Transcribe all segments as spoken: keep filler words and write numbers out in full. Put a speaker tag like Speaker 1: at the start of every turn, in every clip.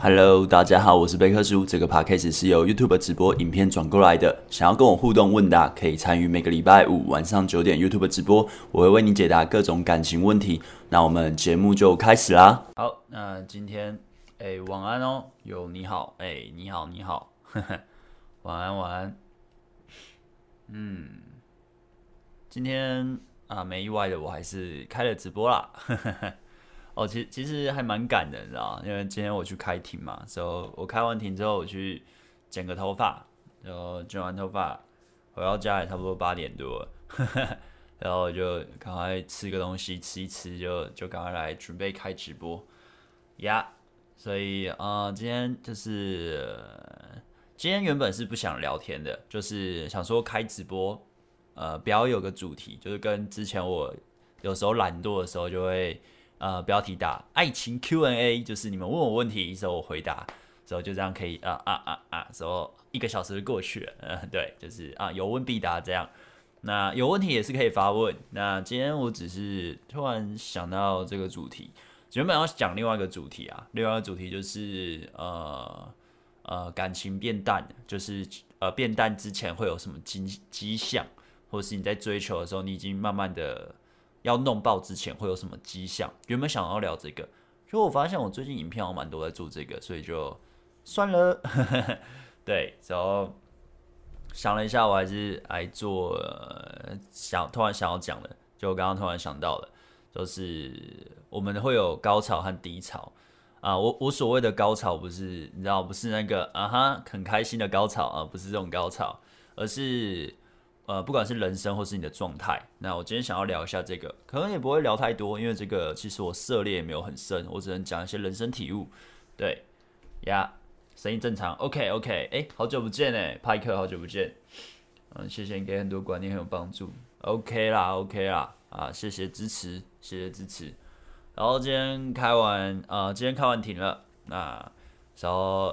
Speaker 1: Hello，大家好，我是贝克叔。这个 podcast 是由 YouTube 直播影片转过来的。想要跟我互动问答，可以参与每个礼拜五晚上九点 YouTube 直播，我会为你解答各种感情问题。那我们节目就开始啦。好，那今天，哎，晚安哦。有你好，哎，你好，你好，呵呵，晚安，晚安。嗯，今天啊，没意外的，我还是开了直播啦。呵呵呵哦，其其实还蛮赶的，你知道吗？因为今天我去开庭嘛，所以我开完庭之后，我去剪个头发，然后剪完头发回到家也差不多八点多了，然后我就赶快吃个东西，吃一吃就就赶快来准备开直播呀。Yeah, 所以呃，今天就是呃今天原本是不想聊天的，就是想说开直播，呃，不要有个主题，就是跟之前我有时候懒惰的时候就会。呃，标题打爱情 Q and A， 就是你们问我问题，之后我回答，之后就这样可以啊啊啊啊，之后一个小时就过去了。呃，对，就是啊有问必答这样。那有问题也是可以发问。那今天我只是突然想到这个主题，原本要讲另外一个主题啊，另外一个主题就是呃呃感情变淡，就是呃变淡之前会有什么迹迹象，或是你在追求的时候，你已经慢慢的。要弄爆之前会有什么迹象？原本想要聊这个，就我发现我最近影片好蛮多在做这个，所以就算了。对，然后想了一下，我还是来做、呃、想突然想要讲的，就我刚刚突然想到的，就是我们会有高潮和低潮啊。我我所谓的高潮不是你知道，不是那个啊哈很开心的高潮啊，不是这种高潮，而是。呃，不管是人生或是你的状态，那我今天想要聊一下这个，可能也不会聊太多，因为这个其实我涉猎也没有很深，我只能讲一些人生体悟。对呀，声音正常 ，OK OK， 哎、欸，好久不见哎，派克，好久不见，嗯，谢谢你给很多观念很有帮助，OK 啦 OK 啦，啊，谢谢支持，谢谢支持。然后今天开完，呃，今天开完庭了，那然后，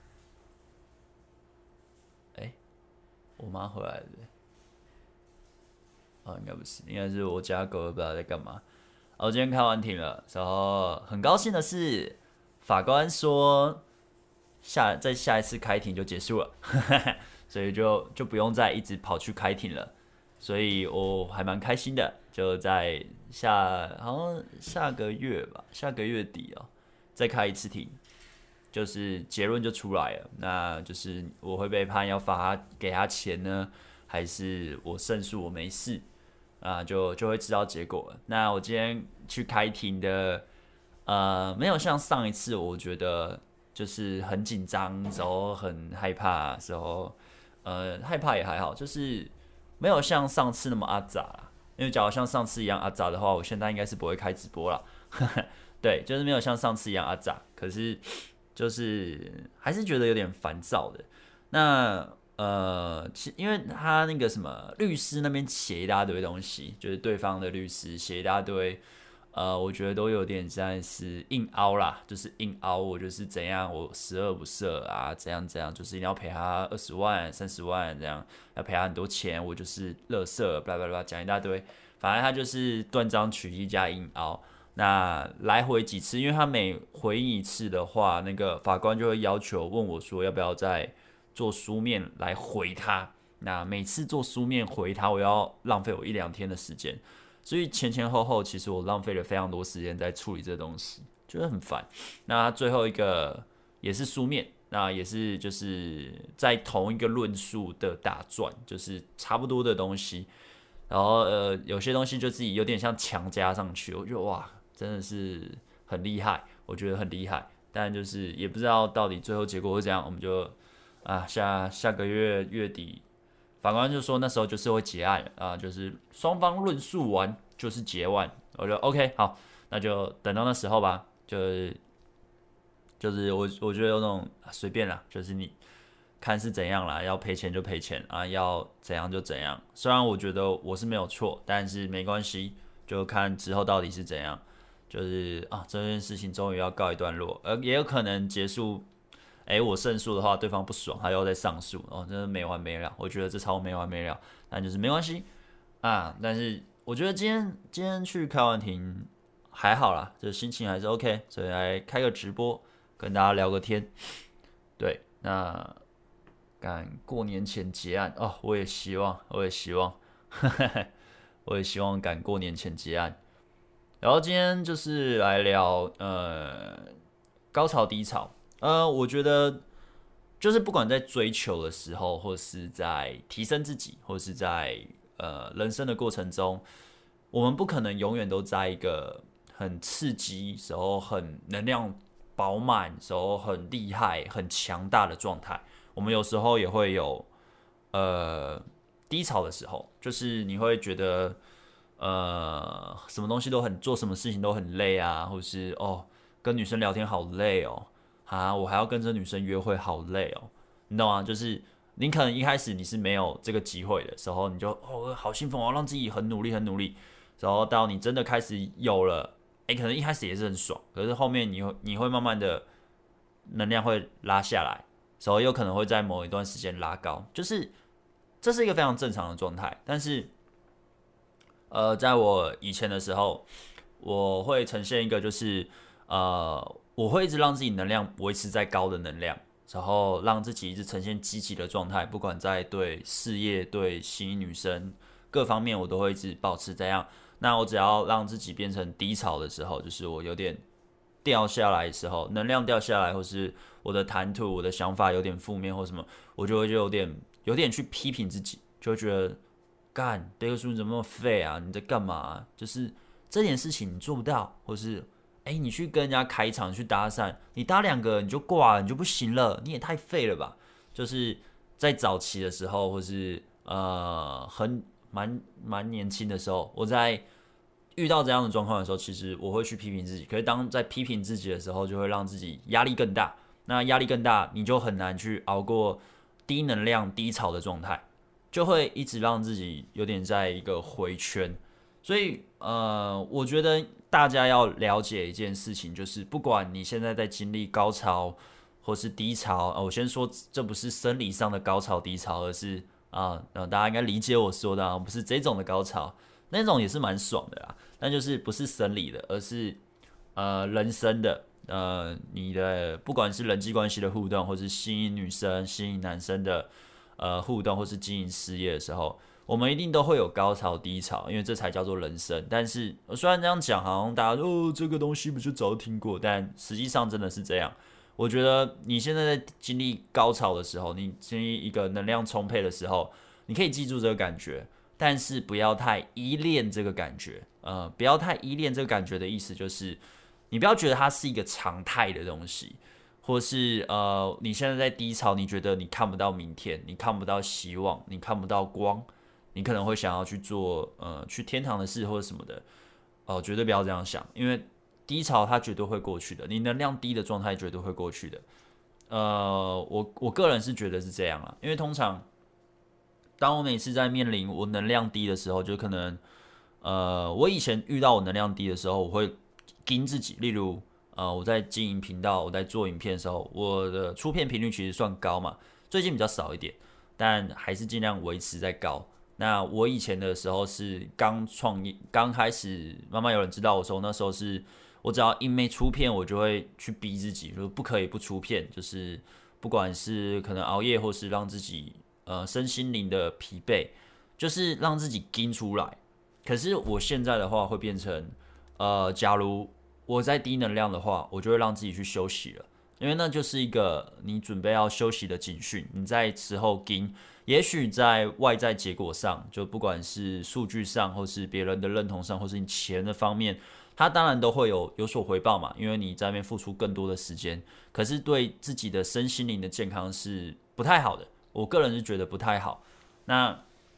Speaker 1: 哎、欸，我妈回来了。哦，应该不是，应该是我家狗不知道在干嘛。我今天开完庭了，然后很高兴的是，法官说下在下一次开庭就结束了，所以就就不用再一直跑去开庭了，所以我还蛮开心的，就在下好像下个月吧，下个月底哦，再开一次庭，就是结论就出来了，那就是我会被判要罚他给他钱呢，还是我胜诉我没事？啊，就就会知道结果了。那我今天去开庭的，呃，没有像上一次，我觉得就是很紧张，然后很害怕，时候，呃，害怕也还好，就是没有像上次那么阿杂啦。因为假如像上次一样阿杂的话，我现在应该是不会开直播啦。对，就是没有像上次一样阿杂，可是就是还是觉得有点烦躁的。那呃，其因为他那个什么律师那边写一大堆东西，就是对方的律师写一大堆，呃，我觉得都有点像是硬凹啦，就是硬凹我就是怎样，我十恶不赦啊，怎样怎样，就是一定要赔他二十万、三十万这样，要赔他很多钱，我就是垃圾，巴拉巴拉讲一大堆，反正他就是断章取义加硬凹。那来回几次，因为他每回应一次的话，那个法官就会要求问我说要不要再。做书面来回他，那每次做书面回他，我要浪费我一两天的时间，所以前前后后其实我浪费了非常多时间在处理这东西，觉得很烦。那最后一个也是书面，那也是就是在同一个论述的打转，就是差不多的东西，然后呃有些东西就自己有点像强加上去，我觉得哇真的是很厉害，我觉得很厉害，但就是也不知道到底最后结果会怎样，我们就。啊，下下个月月底，法官就说那时候就是会结案啊，就是双方论述完就是结案，我就 OK 好，那就等到那时候吧，就是就是我我觉得有那种随便啦，就是你看是怎样啦，要赔钱就赔钱啊，要怎样就怎样。虽然我觉得我是没有错，但是没关系，就看之后到底是怎样。就是啊，这件事情终于要告一段落，呃，也有可能结束。哎，我胜诉的话，对方不爽，他又再上诉，哦，真的没完没了。我觉得这超没完没了，但就是没关系啊。但是我觉得今天今天去开完庭还好啦，就心情还是 OK，所以来开个直播跟大家聊个天。对，那赶过年前结案哦，我也希望，我也希望，我也希望赶过年前结案。然后今天就是来聊呃高潮低潮，呃，我觉得就是不管在追求的时候，或是在提升自己，或是在呃人生的过程中，我们不可能永远都在一个很刺激时候、很能量饱满时候、很厉害、很强大的状态。我们有时候也会有呃低潮的时候，就是你会觉得呃什么东西都很做什么事情都很累啊，或是哦跟女生聊天好累哦，啊我还要跟这女生约会好累哦，你懂吗？就是你可能一开始你是没有这个机会的时候，你就哦好兴奋，我要让自己很努力很努力，然后到你真的开始有了，哎，可能一开始也是很爽，可是后面你会你会慢慢的能量会拉下来。所以有可能会在某一段时间拉高，就是这是一个非常正常的状态。但是，呃，在我以前的时候，我会呈现一个就是呃，我会一直让自己能量维持在高的能量，然后让自己一直呈现积极的状态，不管在对事业、对吸引女生各方面，我都会一直保持这样。那我只要让自己变成低潮的时候，就是我有点掉下来的时候，能量掉下来，或是我的谈吐、我的想法有点负面或什么，我就会就有点有点去批评自己，就会觉得干这个书你怎么那么废啊？你在干嘛啊？就是这点事情你做不到，或是哎、欸、你去跟人家开场去搭讪，你搭两个你就挂了，你就不行了，你也太废了吧？就是在早期的时候，或是呃很蛮蛮年轻的时候，我在遇到这样的状况的时候，其实我会去批评自己。可是当在批评自己的时候，就会让自己压力更大。那压力更大，你就很难去熬过低能量、低潮的状态，就会一直让自己有点在一个回圈。所以，呃，我觉得大家要了解一件事情，就是不管你现在在经历高潮或是低潮，呃、我先说这不是生理上的高潮低潮，而是啊、呃，大家应该理解我说的、啊，不是这种的高潮。那种也是蛮爽的啦，但就是不是生理的，而是呃人生的，呃你的不管是人际关系的互动，或是吸引女生、吸引男生的呃互动，或是经营事业的时候，我们一定都会有高潮低潮，因为这才叫做人生。但是虽然这样讲，好像大家哦这个东西不就早听过，但实际上真的是这样。我觉得你现在在经历高潮的时候，你经历一个能量充沛的时候，你可以记住这个感觉。但是不要太依恋这个感觉，呃，不要太依恋这个感觉的意思就是，你不要觉得它是一个常态的东西，或是呃，你现在在低潮，你觉得你看不到明天，你看不到希望，你看不到光，你可能会想要去做呃去天堂的事或者什么的，哦、呃，绝对不要这样想，因为低潮它绝对会过去的，你能量低的状态绝对会过去的，呃，我我个人是觉得是这样啦，因为通常。当我每次在面临我能量低的时候，就可能，呃，我以前遇到我能量低的时候，我会盯自己。例如，呃，我在经营频道，我在做影片的时候，我的出片频率其实算高嘛，最近比较少一点，但还是尽量维持在高。那我以前的时候是刚创业，刚开始慢慢有人知道我的时候，那时候是我只要一没出片，我就会去逼自己，说不可以不出片，就是不管是可能熬夜，或是让自己。呃，身心灵的疲惫，就是让自己盯出来。可是我现在的话，会变成，呃，假如我在低能量的话，我就会让自己去休息了，因为那就是一个你准备要休息的警讯。你在时候盯，也许在外在结果上，就不管是数据上，或是别人的认同上，或是你钱的方面，它当然都会有有所回报嘛，因为你在那边付出更多的时间。可是对自己的身心灵的健康是不太好的。我个人是觉得不太好。那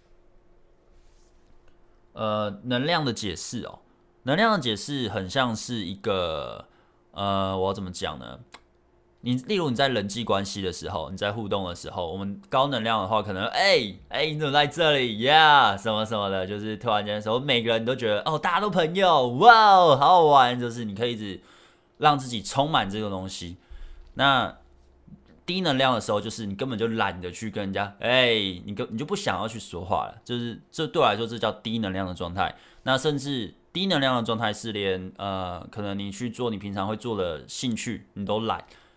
Speaker 1: 呃，能量的解释哦，能量的解释很像是一个呃，我要怎么讲呢？你例如你在人际关系的时候，你在互动的时候，我们高能量的话，可能哎哎、欸欸，你怎么在这里呀？ Yeah, 什么什么的，就是突然间的时候，每个人都觉得哦，大家都朋友，哇哦，好好玩，就是你可以一直让自己充满这个东西。那低能量的时候，就是你根本就懒得去跟人家，哎、欸，你你就不想要去说话了，就是这对我来说，这叫低能量的状态。那甚至低能量的状态是连呃，可能你去做你平常会做的兴趣，你都懒，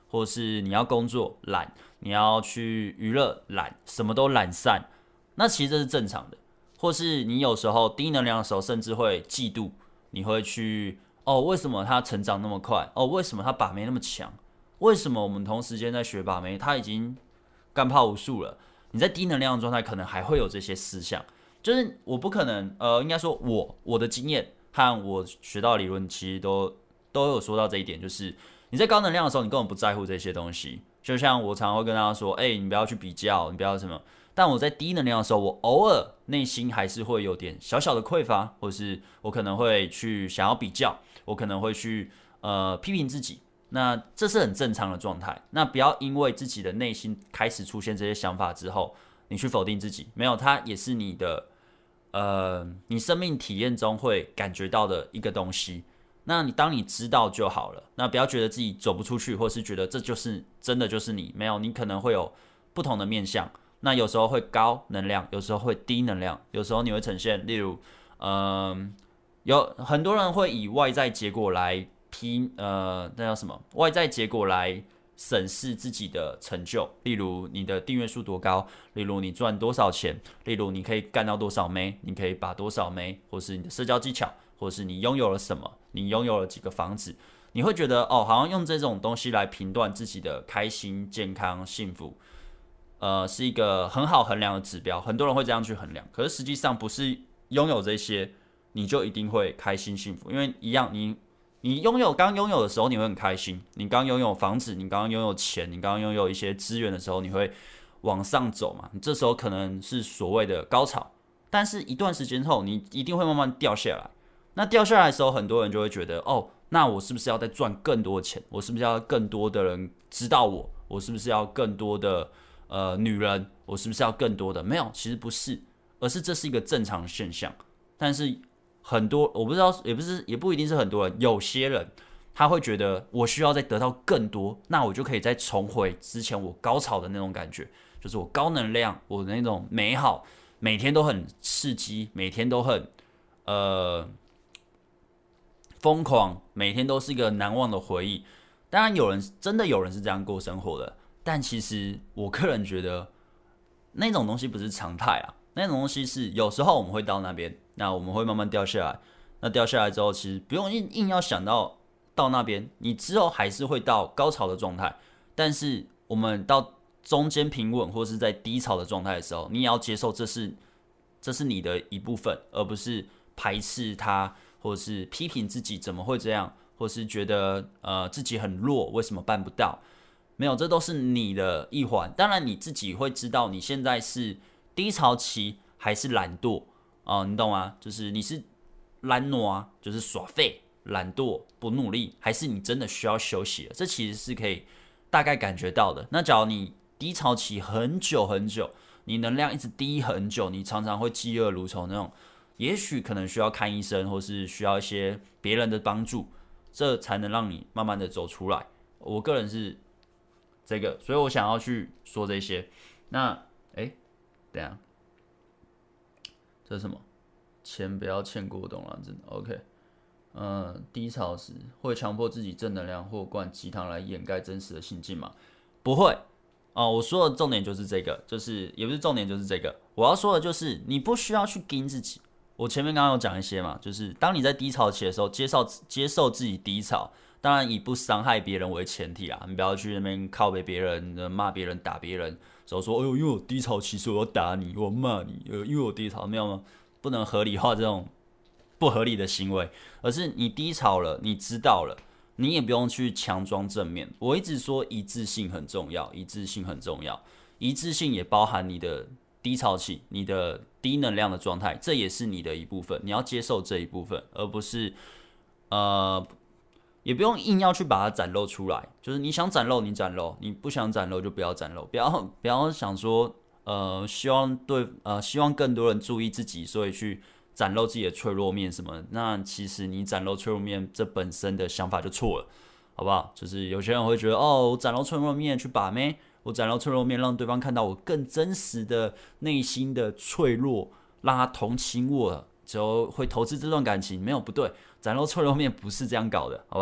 Speaker 1: 或是你要工作懒，你要去娱乐懒，什么都懒散，那其实这是正常的。或是你有时候低能量的时候，甚至会嫉妒，你会去哦，为什么他成长那么快？哦，为什么他把妹那么强？为什么我们同时间在学把妹，他已经干炮无数了？你在低能量的状态，可能还会有这些思想。就是我不可能，呃，应该说我我的经验和我学到的理论，其实都都有说到这一点，就是你在高能量的时候，你根本不在乎这些东西。就像我常常会跟大家说，哎、欸，你不要去比较，你不要什么。但我在低能量的时候，我偶尔内心还是会有点小小的匮乏，或是我可能会去想要比较，我可能会去呃批评自己。那这是很正常的状态。那不要因为自己的内心开始出现这些想法之后，你去否定自己，没有，它也是你的呃你生命体验中会感觉到的一个东西。那你当你知道就好了，那不要觉得自己走不出去，或是觉得这就是真的就是你，没有，你可能会有不同的面向。那有时候会高能量，有时候会低能量，有时候你会呈现，例如，嗯、呃，有很多人会以外在结果来批，呃，那叫什么？外在结果来审视自己的成就，例如你的订阅数多高，例如你赚多少钱，例如你可以干到多少妹，你可以把多少妹，或是你的社交技巧，或是你拥有了什么，你拥有了几个房子，你会觉得哦，好像用这种东西来评断自己的开心、健康、幸福。呃，是一个很好衡量的指标，很多人会这样去衡量。可是实际上不是拥有这些，你就一定会开心幸福，因为一样，你你拥有刚拥有的时候，你会很开心。你刚拥有房子，你刚刚拥有钱，你刚刚拥有一些资源的时候，你会往上走嘛？你这时候可能是所谓的高潮，但是一段时间后，你一定会慢慢掉下来。那掉下来的时候，很多人就会觉得，哦，那我是不是要再赚更多钱？我是不是要更多的人知道我？我是不是要更多的？呃，女人，我是不是要更多的？没有，其实不是，而是这是一个正常的现象。但是很多我不知道，也不是，也不一定是很多人，有些人他会觉得我需要再得到更多，那我就可以再重回之前我高潮的那种感觉，就是我高能量，我的那种美好，每天都很刺激，每天都很呃疯狂，每天都是一个难忘的回忆。当然，有人真的有人是这样过生活的。但其实我个人觉得那种东西不是常态啊，那种东西是有时候我们会到那边，那我们会慢慢掉下来，那掉下来之后，其实不用硬硬要想到到那边，你之后还是会到高潮的状态，但是我们到中间平稳或是在低潮的状态的时候，你也要接受这是这是你的一部分，而不是排斥它，或是批评自己怎么会这样，或是觉得呃自己很弱，为什么办不到？没有，这都是你的一环。当然，你自己会知道你现在是低潮期还是懒惰哦，你懂吗？就是你是懒惰啊，就是耍废、懒惰、不努力，还是你真的需要休息了？这其实是可以大概感觉到的。那假如你低潮期很久很久，你能量一直低很久，你常常会饥饿如仇那种，也许可能需要看医生，或是需要一些别人的帮助，这才能让你慢慢的走出来。我个人是。这个，所以我想要去说这些。那，哎，等一下，这是什么？钱不要欠过冬了，真的 OK。嗯，低潮时会强迫自己正能量或灌鸡汤来掩盖真实的心境吗？不会哦。我说的重点就是这个，就是也不是重点，就是这个。我要说的就是你不需要去盯自己。我前面刚刚有讲一些嘛，就是当你在低潮期的时候，接受接受自己低潮。当然以不伤害别人为前提啦，你不要去那边靠北别人、骂别人、打别人，然后说，哎呦，因为我低潮期，所以我要打你，我骂你，呃，因为我低潮，没有吗？不能合理化这种不合理的行为，而是你低潮了，你知道了，你也不用去强装正面。我一直说一致性很重要，一致性很重要，一致性也包含你的低潮期、你的低能量的状态，这也是你的一部分，你要接受这一部分，而不是呃。也不用硬要去把它展露出来，就是你想展露你展露，你不想展露就不要展露，不要不要想说呃希望对呃希望更多人注意自己，所以去展露自己的脆弱面什么，那其实你展露脆弱面这本身的想法就错了，好不好？就是有些人会觉得哦，我展露脆弱面去把妹，我展露脆弱面让对方看到我更真实的内心的脆弱，让他同情我，就会投资这段感情，没有不对。展露脆弱面不是这样搞的，好不好？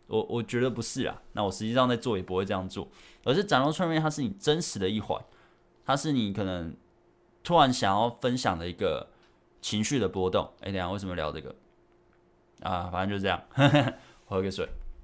Speaker 1: 我我觉得不是啊。那我实际上在做也不会这样做，而是展露出面它是你真实的一环，它是你可能突然想要分享的一个情绪的波动。哎、欸，等一下为什么聊这个啊？反正就这样，喝个水。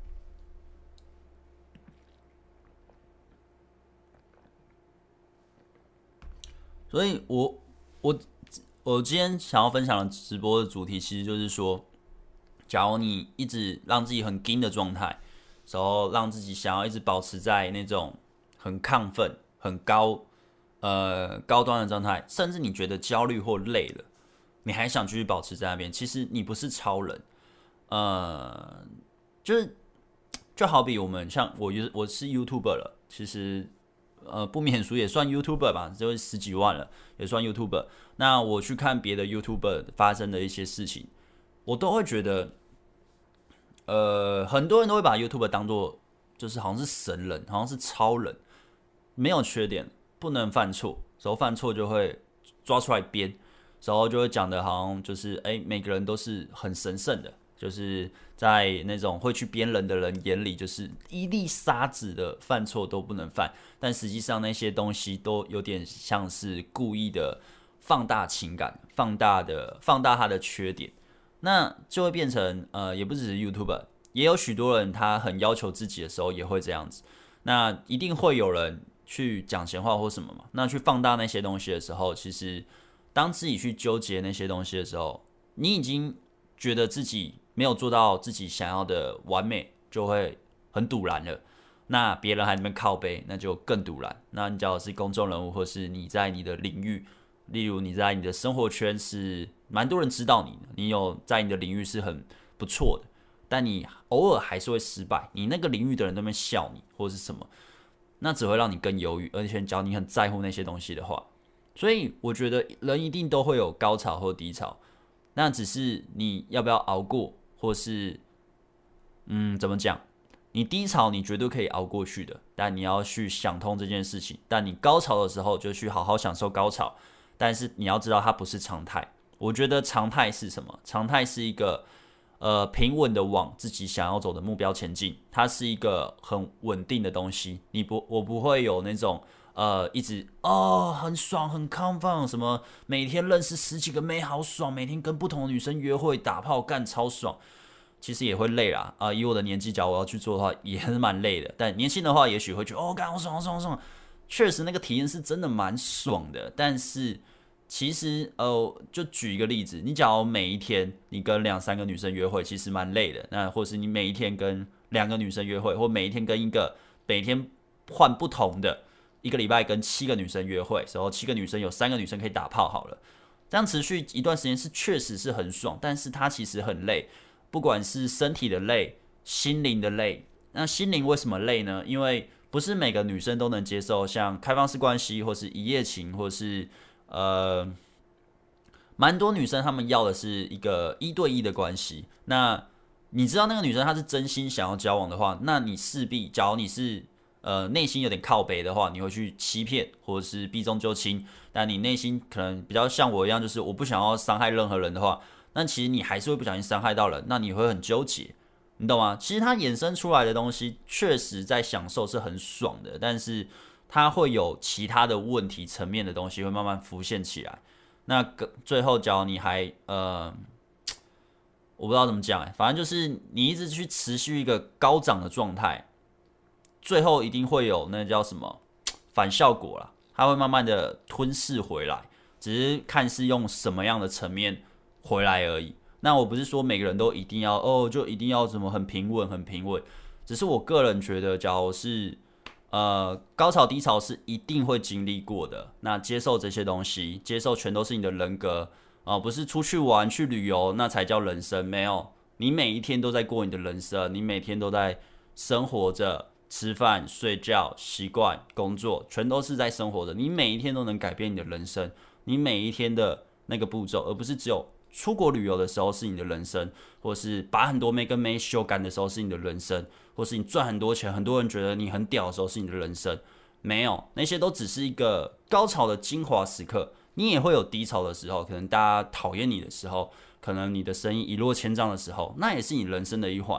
Speaker 1: 所以我我我今天想要分享的直播的主题，其实就是说，假如你一直让自己很紧的状态，然后让自己想要一直保持在那种很亢奋、很高呃高端的状态，甚至你觉得焦虑或累了，你还想继续保持在那边，其实你不是超人，呃，就是就好比我们像我我是 YouTuber 了，其实。呃，不免俗也算 YouTuber 吧，就十几万了，也算 YouTuber。那我去看别的 YouTuber 发生的一些事情，我都会觉得，呃，很多人都会把 YouTuber 当做就是好像是神人，好像是超人，没有缺点，不能犯错，然后犯错就会抓出来编，然后就会讲的好像就是哎、欸，每个人都是很神圣的。就是在那种会去编人的人眼里，就是一粒沙子的犯错都不能犯，但实际上那些东西都有点像是故意的放大情感，放大的放大他的缺点，那就会变成呃，也不只是 YouTuber， 也有许多人他很要求自己的时候也会这样子，那一定会有人去讲闲话或什么嘛，那去放大那些东西的时候，其实当自己去纠结那些东西的时候，你已经觉得自己没有做到自己想要的完美，就会很堵然了。那别人还在那边靠背，那就更堵然。那你只要是公众人物，或是你在你的领域，例如你在你的生活圈是蛮多人知道你的，你有在你的领域是很不错的，但你偶尔还是会失败，你那个领域的人都在那边笑你或是什么，那只会让你更忧郁。而且只要你很在乎那些东西的话，所以我觉得人一定都会有高潮或低潮，那只是你要不要熬过。或是，嗯，怎么讲？你低潮你绝对可以熬过去的，但你要去想通这件事情。但你高潮的时候就去好好享受高潮，但是你要知道它不是常态。我觉得常态是什么？常态是一个呃平稳的往自己想要走的目标前进，它是一个很稳定的东西。你不，我不会有那种呃一直哦很爽很亢奋，什么每天认识十几个妹好爽，每天跟不同的女生约会打炮干超爽。其实也会累啦，啊、呃，以我的年纪，假如我要去做的话，也是蛮累的。但年轻的话，也许会觉得哦，干好爽好爽好爽，确实那个体验是真的蛮爽的。但是其实呃，就举一个例子，你假如每一天你跟两三个女生约会，其实蛮累的。那或是你每一天跟两个女生约会，或每一天跟一个每天换不同的，一个礼拜跟七个女生约会，然后七个女生有三个女生可以打炮好了，这样持续一段时间是确实是很爽，但是它其实很累。不管是身体的累、心灵的累，那心灵为什么累呢？因为不是每个女生都能接受像开放式关系，或是一夜情，或是呃，蛮多女生她们要的是一个一对一的关系。那你知道那个女生她是真心想要交往的话，那你势必，假如你是呃内心有点靠北的话，你会去欺骗或者是避重就轻。但你内心可能比较像我一样，就是我不想要伤害任何人的话。那其实你还是会不小心伤害到人，那你会很纠结，你懂吗？其实它衍生出来的东西，确实在享受是很爽的，但是它会有其他的问题层面的东西会慢慢浮现起来。那最后，假如你还呃，我不知道怎么讲哎，反正就是你一直去持续一个高涨的状态，最后一定会有那叫什么反效果啦，它会慢慢的吞噬回来，只是看是用什么样的层面。回来而已。那我不是说每个人都一定要哦，就一定要怎么很平稳很平稳，只是我个人觉得，假如是呃高潮低潮是一定会经历过的。那接受这些东西，接受全都是你的人格啊、呃，不是出去玩去旅游那才叫人生。没有，你每一天都在过你的人生，你每天都在生活着，吃饭、睡觉、习惯、工作，全都是在生活着。你每一天都能改变你的人生，你每一天的那个步骤，而不是只有。出国旅游的时候是你的人生，或是把很多妹跟妹修改的时候是你的人生，或是你赚很多钱，很多人觉得你很屌的时候是你的人生。没有，那些都只是一个高潮的精华时刻。你也会有低潮的时候，可能大家讨厌你的时候，可能你的生意一落千丈的时候，那也是你人生的一环。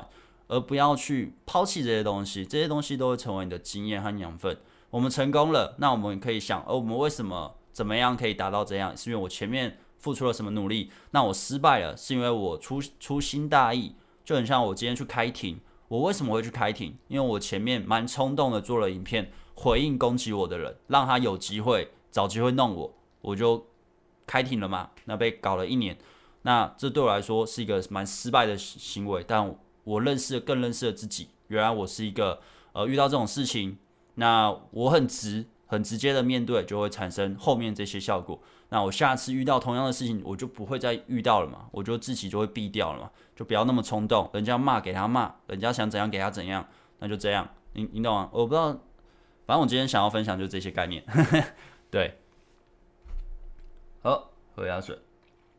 Speaker 1: 而不要去抛弃这些东西。这些东西都会成为你的经验和养分。我们成功了，那我们可以想，哦，我们为什么怎么样可以达到这样？是因为我前面付出了什么努力？那我失败了，是因为我粗粗心大意。就很像我今天去开庭，我为什么会去开庭？因为我前面蛮冲动的做了影片回应攻击我的人，让他有机会找机会弄我，我就开庭了嘛。那被搞了一年，那这对我来说是一个蛮失败的行为，但我认识更认识了自己，原来我是一个呃遇到这种事情，那我很直很直接的面对，就会产生后面这些效果。那我下次遇到同样的事情，我就不会再遇到了嘛，我就自己就会避掉了嘛，就不要那么冲动，人家骂给他骂，人家想怎样给他怎样，那就这样，你你懂吗？我不知道，反正我今天想要分享就是这些概念，对，好，喝下水。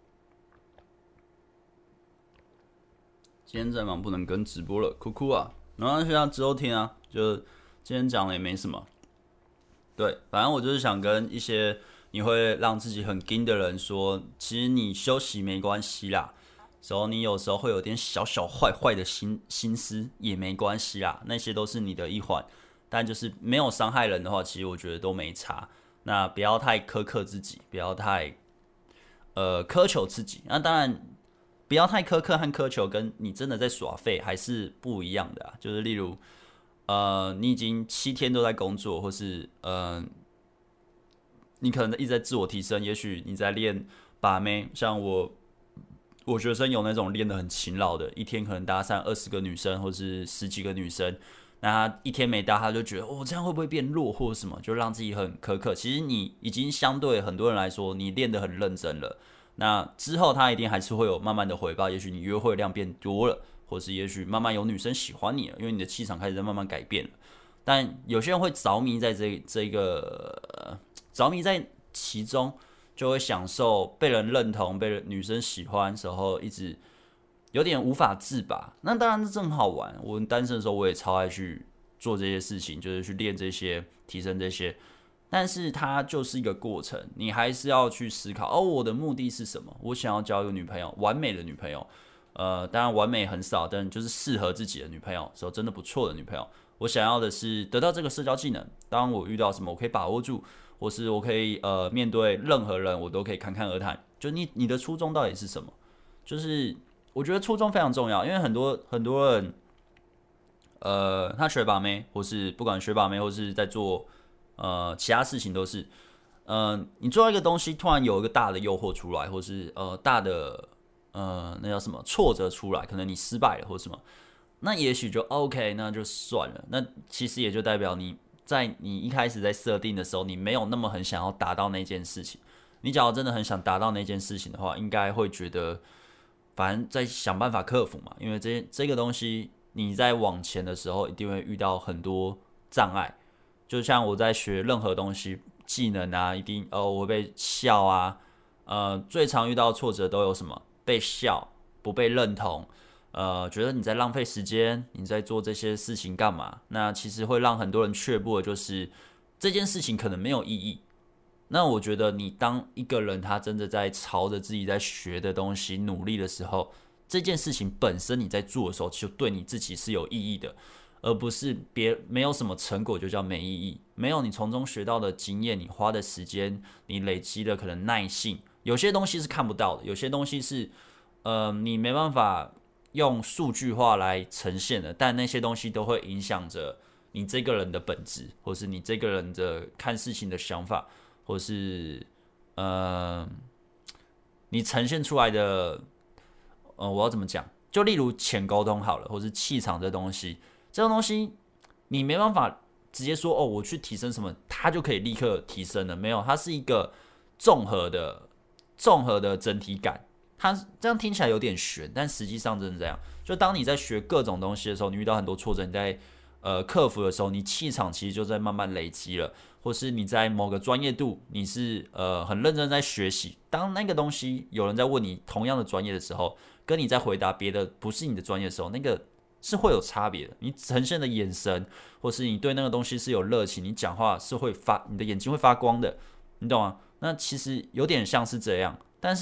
Speaker 1: 今天在忙不能跟直播了，哭哭啊，然后现在之后听啊，就今天讲了也没什么，对，反正我就是想跟一些你会让自己很硬的人说，其实你休息没关系啦，然后你有时候会有点小小坏坏的心心思也没关系啦，那些都是你的一环，但就是没有伤害人的话，其实我觉得都没差。那不要太苛刻自己，不要太呃苛求自己。那当然，不要太苛刻和苛求，跟你真的在耍废还是不一样的啊。就是例如，呃，你已经七天都在工作，或是呃。你可能一直在自我提升，也许你在练把妹，像我，我学生有那种练得很勤劳的，一天可能搭讪二十个女生，或是十几个女生，那他一天没搭，他就觉得哦，这样会不会变弱或者什么，就让自己很苛刻。其实你已经相对很多人来说，你练得很认真了，那之后他一定还是会有慢慢的回报，也许你约会量变多了，或是也许慢慢有女生喜欢你了，因为你的气场开始在慢慢改变了。但有些人会着迷在这这个。呃着迷在其中，就会享受被人认同、被女生喜欢的时候，一直有点无法自拔。那当然这正好玩。我单身的时候，我也超爱去做这些事情，就是去练这些、提升这些。但是它就是一个过程，你还是要去思考哦，我的目的是什么？我想要交一个女朋友，完美的女朋友。呃，当然完美很少，但就是适合自己的女朋友，时候真的不错的女朋友。我想要的是得到这个社交技能，当我遇到什么，我可以把握住。或是我可以呃面对任何人，我都可以侃侃而谈。就你你的初衷到底是什么？就是我觉得初衷非常重要，因为很多很多人，呃，他学把妹，或是不管学把妹，或是在做呃其他事情，都是，呃，你做到一个东西，突然有一个大的诱惑出来，或是呃大的呃那叫什么挫折出来，可能你失败了或什么，那也许就 OK， 那就算了。那其实也就代表你。在你一开始在设定的时候，你没有那么很想要达到那件事情。你假如真的很想达到那件事情的话，应该会觉得，反正在想办法克服嘛。因为这这个东西，你在往前的时候，一定会遇到很多障碍。就像我在学任何东西，技能啊，一定哦，我被笑啊，呃，最常遇到的挫折都有什么？被笑，不被认同。呃，觉得你在浪费时间，你在做这些事情干嘛？那其实会让很多人却步的，就是这件事情可能没有意义。那我觉得，你当一个人他真的在朝着自己在学的东西努力的时候，这件事情本身你在做的时候，就对你自己是有意义的，而不是别没有什么成果就叫没意义。没有你从中学到的经验，你花的时间，你累积的可能耐性，有些东西是看不到的，有些东西是呃你没办法。用数据化来呈现的，但那些东西都会影响着你这个人的本质，或是你这个人的看事情的想法，或是呃你呈现出来的，呃，我要怎么讲？就例如浅沟通好了，或是气场这东西，这种东西你没办法直接说哦，我去提升什么，它就可以立刻提升了，没有，它是一个综合的、综合的整体感。它这样听起来有点悬，但实际上真的这样。就当你在学各种东西的时候，你遇到很多挫折，你在呃克服的时候，你气场其实就在慢慢累积了，或是你在某个专业度，你是呃很认真在学习。当那个东西有人在问你同样的专业的时候，跟你在回答别的不是你的专业的时候，那个是会有差别的。你呈现的眼神，或是你对那个东西是有热情，你讲话是会发，你的眼睛会发光的，你懂吗？那其实有点像是这样，但是。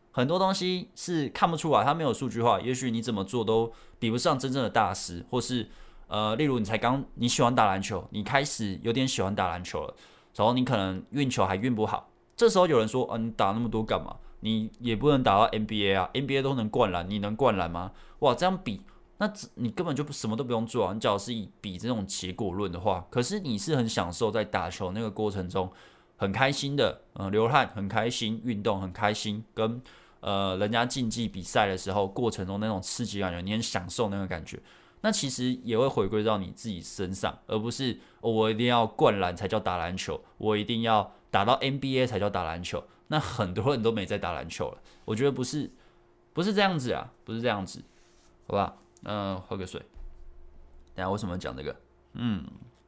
Speaker 1: 很多东西是看不出来，它没有数据化，也许你怎么做都比不上真正的大师，或是呃，例如你才刚你喜欢打篮球，你开始有点喜欢打篮球了，然后你可能运球还运不好，这时候有人说，啊，你打那么多干嘛？你也不能打到 N B A 啊 ，N B A 都能灌篮，你能灌篮吗？哇，这样比，那你根本就什么都不用做啊！你只要是以比这种结果论的话，可是你是很享受在打球那个过程中，很开心的，呃，流汗很开心，运动很开心，跟呃人家竞技比赛的时候过程中那种刺激感觉，你很享受那个感觉。那其实也会回归到你自己身上，而不是、哦、我一定要灌篮才叫打篮球，我一定要打到 N B A 才叫打篮球。那很多人都没在打篮球了，我觉得不是，不是这样子啊，不是这样子，好吧？嗯、呃，喝个水。等一下为什么讲这个？嗯，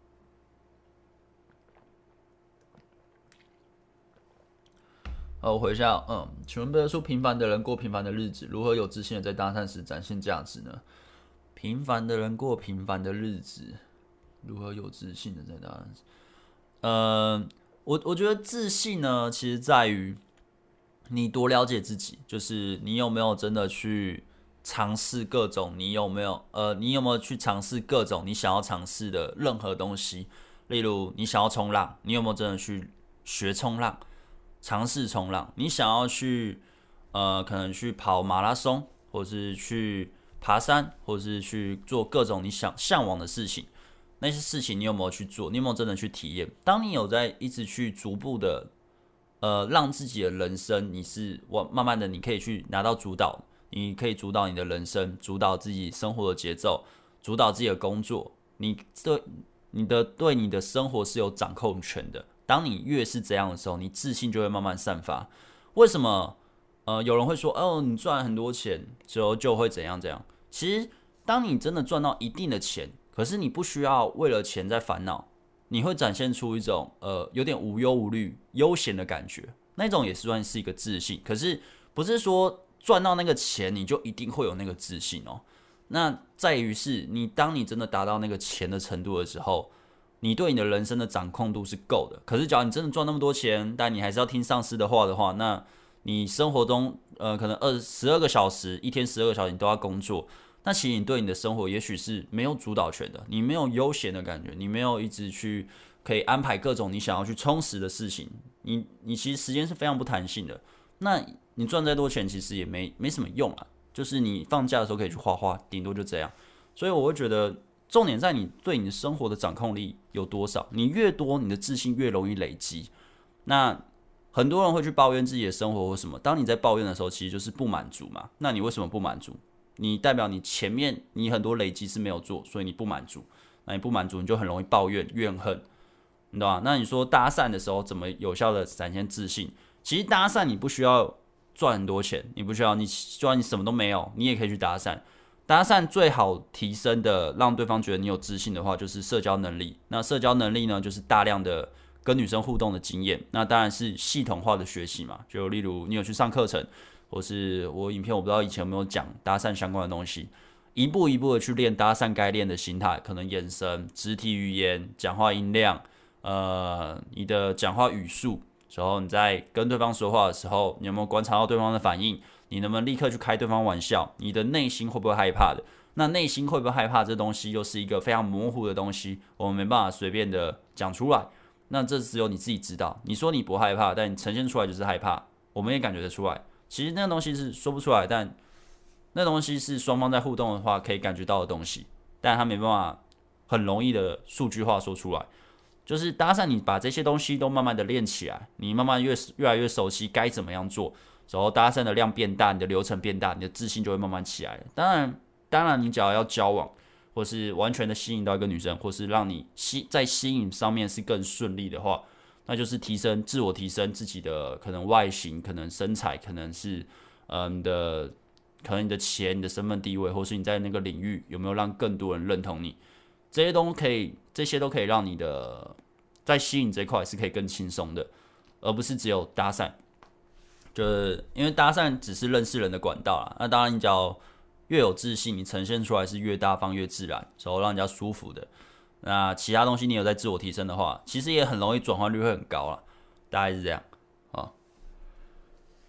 Speaker 1: 好，我回一下。嗯，请问背出平凡的人过平凡的日子，如何有自信的在搭讪时展现价值呢？平凡的人过平凡的日子，如何有自信的在搭讪时？呃，我我觉得自信呢，其实在于你多了解自己，就是你有没有真的去尝试各种，你有没有呃，你有没有去尝试各种你想要尝试的任何东西？例如，你想要冲浪，你有没有真的去学冲浪，尝试冲浪？你想要去呃，可能去跑马拉松，或是去爬山，或是去做各种你想向往的事情。那些事情你有没有去做？你有没有真的去体验？当你有在一直去逐步的，呃，让自己的人生，你是我慢慢的，你可以去拿到主导，你可以主导你的人生，主导自己生活的节奏，主导自己的工作，你对你的对你的生活是有掌控权的。当你越是这样的时候，你自信就会慢慢散发。为什么？呃，有人会说，哦，你赚很多钱之后就会怎样怎样？其实，当你真的赚到一定的钱，可是你不需要为了钱在烦恼，你会展现出一种呃有点无忧无虑、悠闲的感觉，那种也算是一个自信。可是不是说赚到那个钱你就一定会有那个自信哦。那在于是你当你真的达到那个钱的程度的时候，你对你的人生的掌控度是够的。可是假如你真的赚那么多钱，但你还是要听上司的话的话，那你生活中呃可能二十二个小时，一天十二个小时你都要工作。那其实你对你的生活也许是没有主导权的，你没有悠闲的感觉，你没有一直去可以安排各种你想要去充实的事情，你你其实时间是非常不弹性的。那你赚再多钱，其实也没没什么用啊，就是你放假的时候可以去花花，顶多就这样。所以我会觉得，重点在你对你的生活的掌控力有多少，你越多，你的自信越容易累积。那很多人会去抱怨自己的生活或什么，当你在抱怨的时候，其实就是不满足嘛。那你为什么不满足？你代表你前面你很多累积是没有做，所以你不满足。那你不满足，你就很容易抱怨怨恨，你懂吗？那你说搭讪的时候怎么有效的展现自信？其实搭讪你不需要赚很多钱，你不需要，你就算你什么都没有，你也可以去搭讪。搭讪最好提升的，让对方觉得你有自信的话，就是社交能力。那社交能力呢，就是大量的跟女生互动的经验。那当然是系统化的学习嘛，就例如你有去上课程，或是我影片我不知道以前有没有讲搭讪相关的东西，一步一步的去练搭讪该练的心态，可能眼神、肢体语言、讲话音量，呃，你的讲话语速，然后你在跟对方说话的时候，你有没有观察到对方的反应？你能不能立刻去开对方玩笑？你的内心会不会害怕的？那内心会不会害怕这东西又是一个非常模糊的东西，我们没办法随便的讲出来。那这只有你自己知道。你说你不害怕，但你呈现出来就是害怕，我们也感觉得出来。其实那个东西是说不出来，但那东西是双方在互动的话可以感觉到的东西，但他没办法很容易的数据化说出来。就是搭讪，你把这些东西都慢慢的练起来，你慢慢越越来越熟悉该怎么样做。然后搭讪的量变大，你的流程变大，你的自信就会慢慢起来了。当然，当然，你只要要交往，或是完全的吸引到一个女生，或是让你吸在吸引上面是更顺利的话，那就是提升自我提升自己的可能外形，可能身材，可能是呃你的可能你的钱、你的身份地位，或是你在那个领域有没有让更多人认同你，这些都可以，这些都可以让你的在吸引这块是可以更轻松的，而不是只有搭讪。就是因为搭讪只是认识人的管道啦，那当然你只要越有自信，你呈现出来是越大方越自然，然后让人家舒服的。那其他东西你有在自我提升的话，其实也很容易转换率会很高啦，大概是这样。好，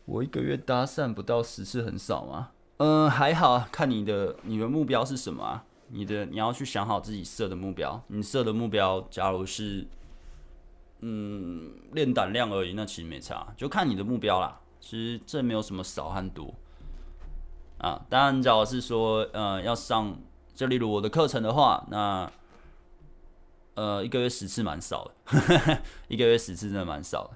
Speaker 1: 我一个月搭讪不到十次很少吗？嗯、呃，还好啊，看你的你的目标是什么啊？你的你要去想好自己设的目标。你设的目标，假如是嗯练胆量而已，那其实没差，就看你的目标啦。其实这没有什么少和多啊。当然，假如是说呃要上，就例如我的课程的话，那呃一个月十次蛮少的，一个月十次真的蛮少的。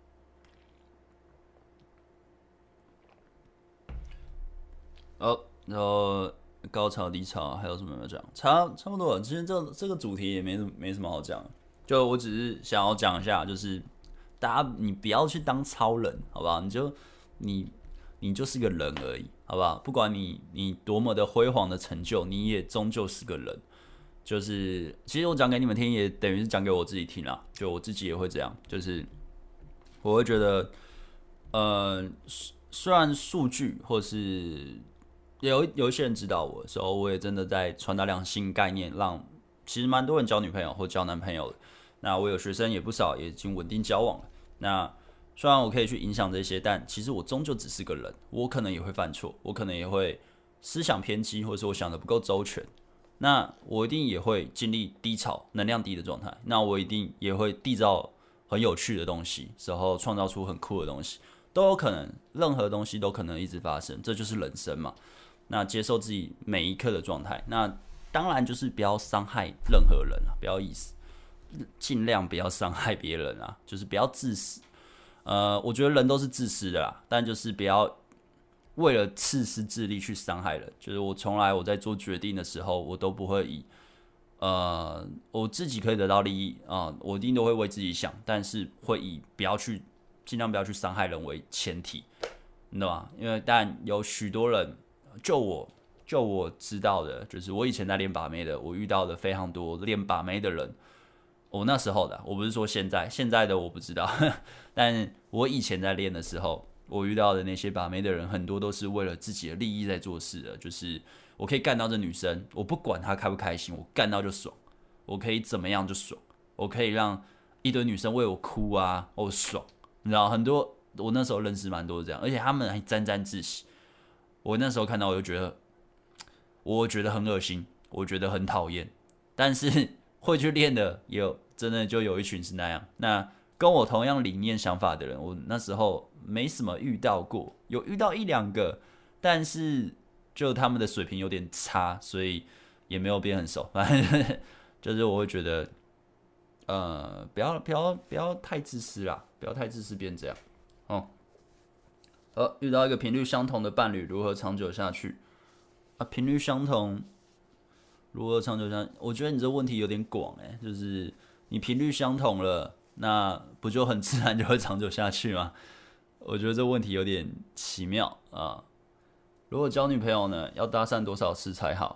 Speaker 1: 哦，然后高潮低潮还有什么要讲？差差不多了。其实这这个主题也没没什么好讲，就我只是想要讲一下，就是大家你不要去当超人，好不好？你就你你就是个人而已，好不好？不管你你多么的辉煌的成就，你也终究是个人。就是其实我讲给你们听，也等于是讲给我自己听啦。就我自己也会这样，就是我会觉得，呃，虽然数据或是有有一些人指导我的时候，我也真的在传达两性概念，让其实蛮多人交女朋友或交男朋友的。那我有学生也不少，也已经稳定交往了。那虽然我可以去影响这些，但其实我终究只是个人，我可能也会犯错，我可能也会思想偏激，或者是我想的不够周全。那我一定也会经历低潮、能量低的状态。那我一定也会缔造很有趣的东西，然后创造出很酷的东西，都有可能，任何东西都可能一直发生，这就是人生嘛。那接受自己每一刻的状态，那当然就是不要伤害任何人啊，不要意思，尽量不要伤害别人啊，就是不要自私。呃，我觉得人都是自私的啦，但就是不要为了自私自利去伤害人。就是我从来我在做决定的时候，我都不会以呃我自己可以得到利益啊、呃，我一定都会为自己想，但是会以不要去尽量不要去伤害人为前提，你懂吗？因为但有许多人，就我就我知道的，就是我以前在练把妹的，我遇到的非常多练把妹的人。我那时候的，我不是说现在，现在的我不知道，但我以前在练的时候，我遇到的那些把妹的人，很多都是为了自己的利益在做事的。就是我可以干到这女生，我不管她开不开心，我干到就爽，我可以怎么样就爽，我可以让一堆女生为我哭啊，我爽，你知道，很多我那时候认识蛮多这样，而且他们还沾沾自喜。我那时候看到我就觉得，我觉得很恶心，我觉得很讨厌，但是会去练的也有。真的就有一群是那样，那跟我同样理念想法的人，我那时候没什么遇到过，有遇到一两个，但是就他们的水平有点差，所以也没有变很熟。反正就是我会觉得，呃，不要不要不要太自私啦，不要太自私变这样。哦，呃，遇到一个频率相同的伴侣，如何长久下去？啊，频率相同，如何长久下去？我觉得你这问题有点广哎、欸，就是。你频率相同了，那不就很自然就会长久下去吗？我觉得这问题有点奇妙啊。如果交女朋友呢，要搭讪多少次才好？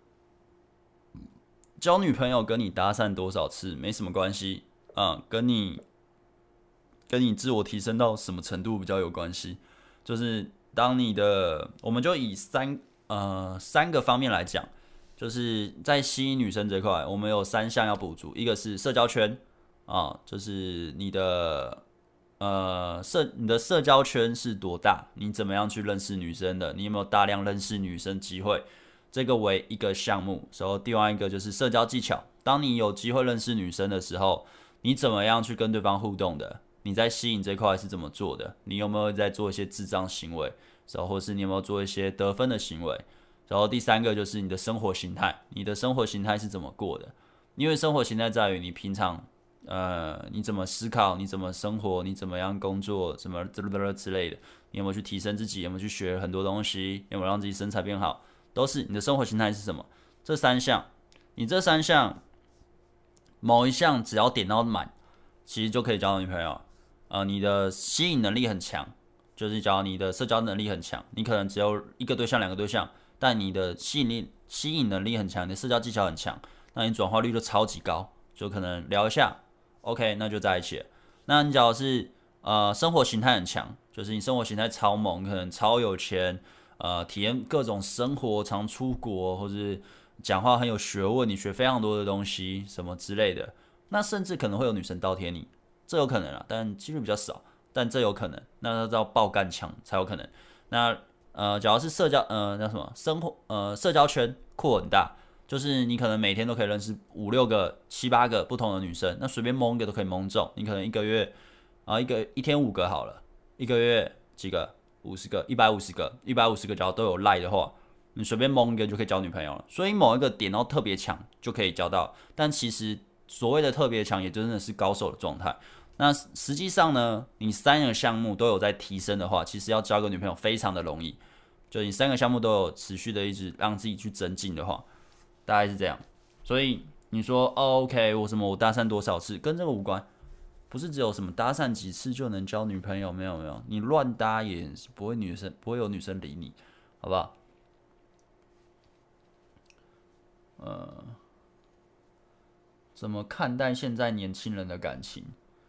Speaker 1: 交女朋友跟你搭讪多少次没什么关系啊，跟你跟你自我提升到什么程度比较有关系。就是当你的，我们就以三呃三个方面来讲。就是在吸引女生这块，我们有三项要补足，一个是社交圈啊，就是你的呃社你的社交圈是多大，你怎么样去认识女生的，你有没有大量认识女生机会，这个为一个项目。然后另外一个就是社交技巧，当你有机会认识女生的时候，你怎么样去跟对方互动的？你在吸引这块是怎么做的？你有没有在做一些智障行为，然后或是你有没有做一些得分的行为？然后第三个就是你的生活形态，你的生活形态是怎么过的？因为生活形态在于你平常，呃，你怎么思考，你怎么生活，你怎么样工作，什么之类的，你有没有去提升自己，有没有去学很多东西，有没有让自己身材变好，都是你的生活形态是什么？这三项，你这三项某一项只要点到满，其实就可以交到女朋友。呃，你的吸引能力很强，就是讲你的社交能力很强，你可能只有一个对象、两个对象。但你的吸引力、吸引能力很强，你的社交技巧很强，那你转化率就超级高，就可能聊一下 ，OK， 那就在一起了。那你假如是呃生活形态很强，就是你生活形态超猛，可能超有钱，呃，体验各种生活，常出国，或是讲话很有学问，你学非常多的东西，什么之类的，那甚至可能会有女生倒贴你，这有可能啊，但几率比较少。 但这有可能，那叫爆干强才有可能。那呃，假如是社交呃叫什么生活呃社交圈扩很大，就是你可能每天都可以认识五六个、七八个不同的女生，那随便蒙一个都可以蒙中。你可能一个月啊、呃、一个一天五个好了，一个月几个？五十个、一百五十个、一百五十个，假如都有赖的话，你随便蒙一个就可以交女朋友了。所以某一个点要特别强就可以交到，但其实所谓的特别强，也真的是高手的状态。那实际上呢，你三个项目都有在提升的话，其实要交个女朋友非常的容易。就你三个项目都有持续的一直让自己去增进的话，大概是这样。所以你说、哦、OK， 我什么我搭讪多少次，跟这个无关。不是只有什么搭讪几次就能交女朋友，没有没有，你乱搭也不会女生不会有女生理你，好不好？呃，怎么看待现在年轻人的感情？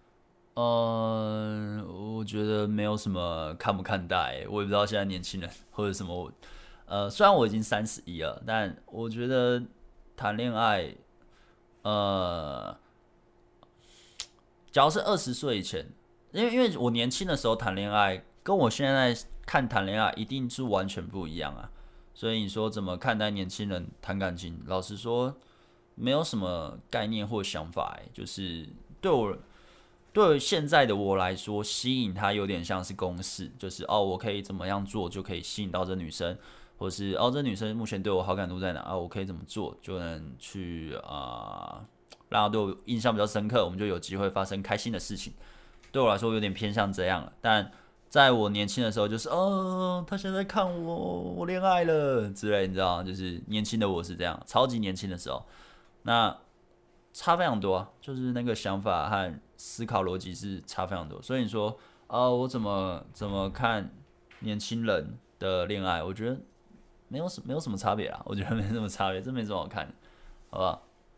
Speaker 1: 呃，我觉得没有什么看不看待，我也不知道现在年轻人或者什么。呃，虽然我已经三十一了，但我觉得谈恋爱，呃。假如是二十岁以前，因为因为我年轻的时候谈恋爱，跟我现在看谈恋爱一定是完全不一样啊。所以你说怎么看待年轻人谈感情？老实说，没有什么概念或想法、欸。就是对我对现在的我来说，吸引他有点像是公式，就是哦，我可以怎么样做就可以吸引到这女生，或是哦，这女生目前对我好感度在哪啊？我可以怎么做就能去啊？呃让他对我印象比较深刻，我们就有机会发生开心的事情。对我来说有点偏向这样了，但在我年轻的时候，就是哦，他现在看我，我恋爱了之类，你知道吗？就是年轻的我是这样，超级年轻的时候，那差非常多啊，就是那个想法和思考逻辑是差非常多。所以你说，哦，我怎么怎么看年轻人的恋爱？我觉得没有什没有什么差别啊，我觉得没什么差别，这没什么好看的，好不好？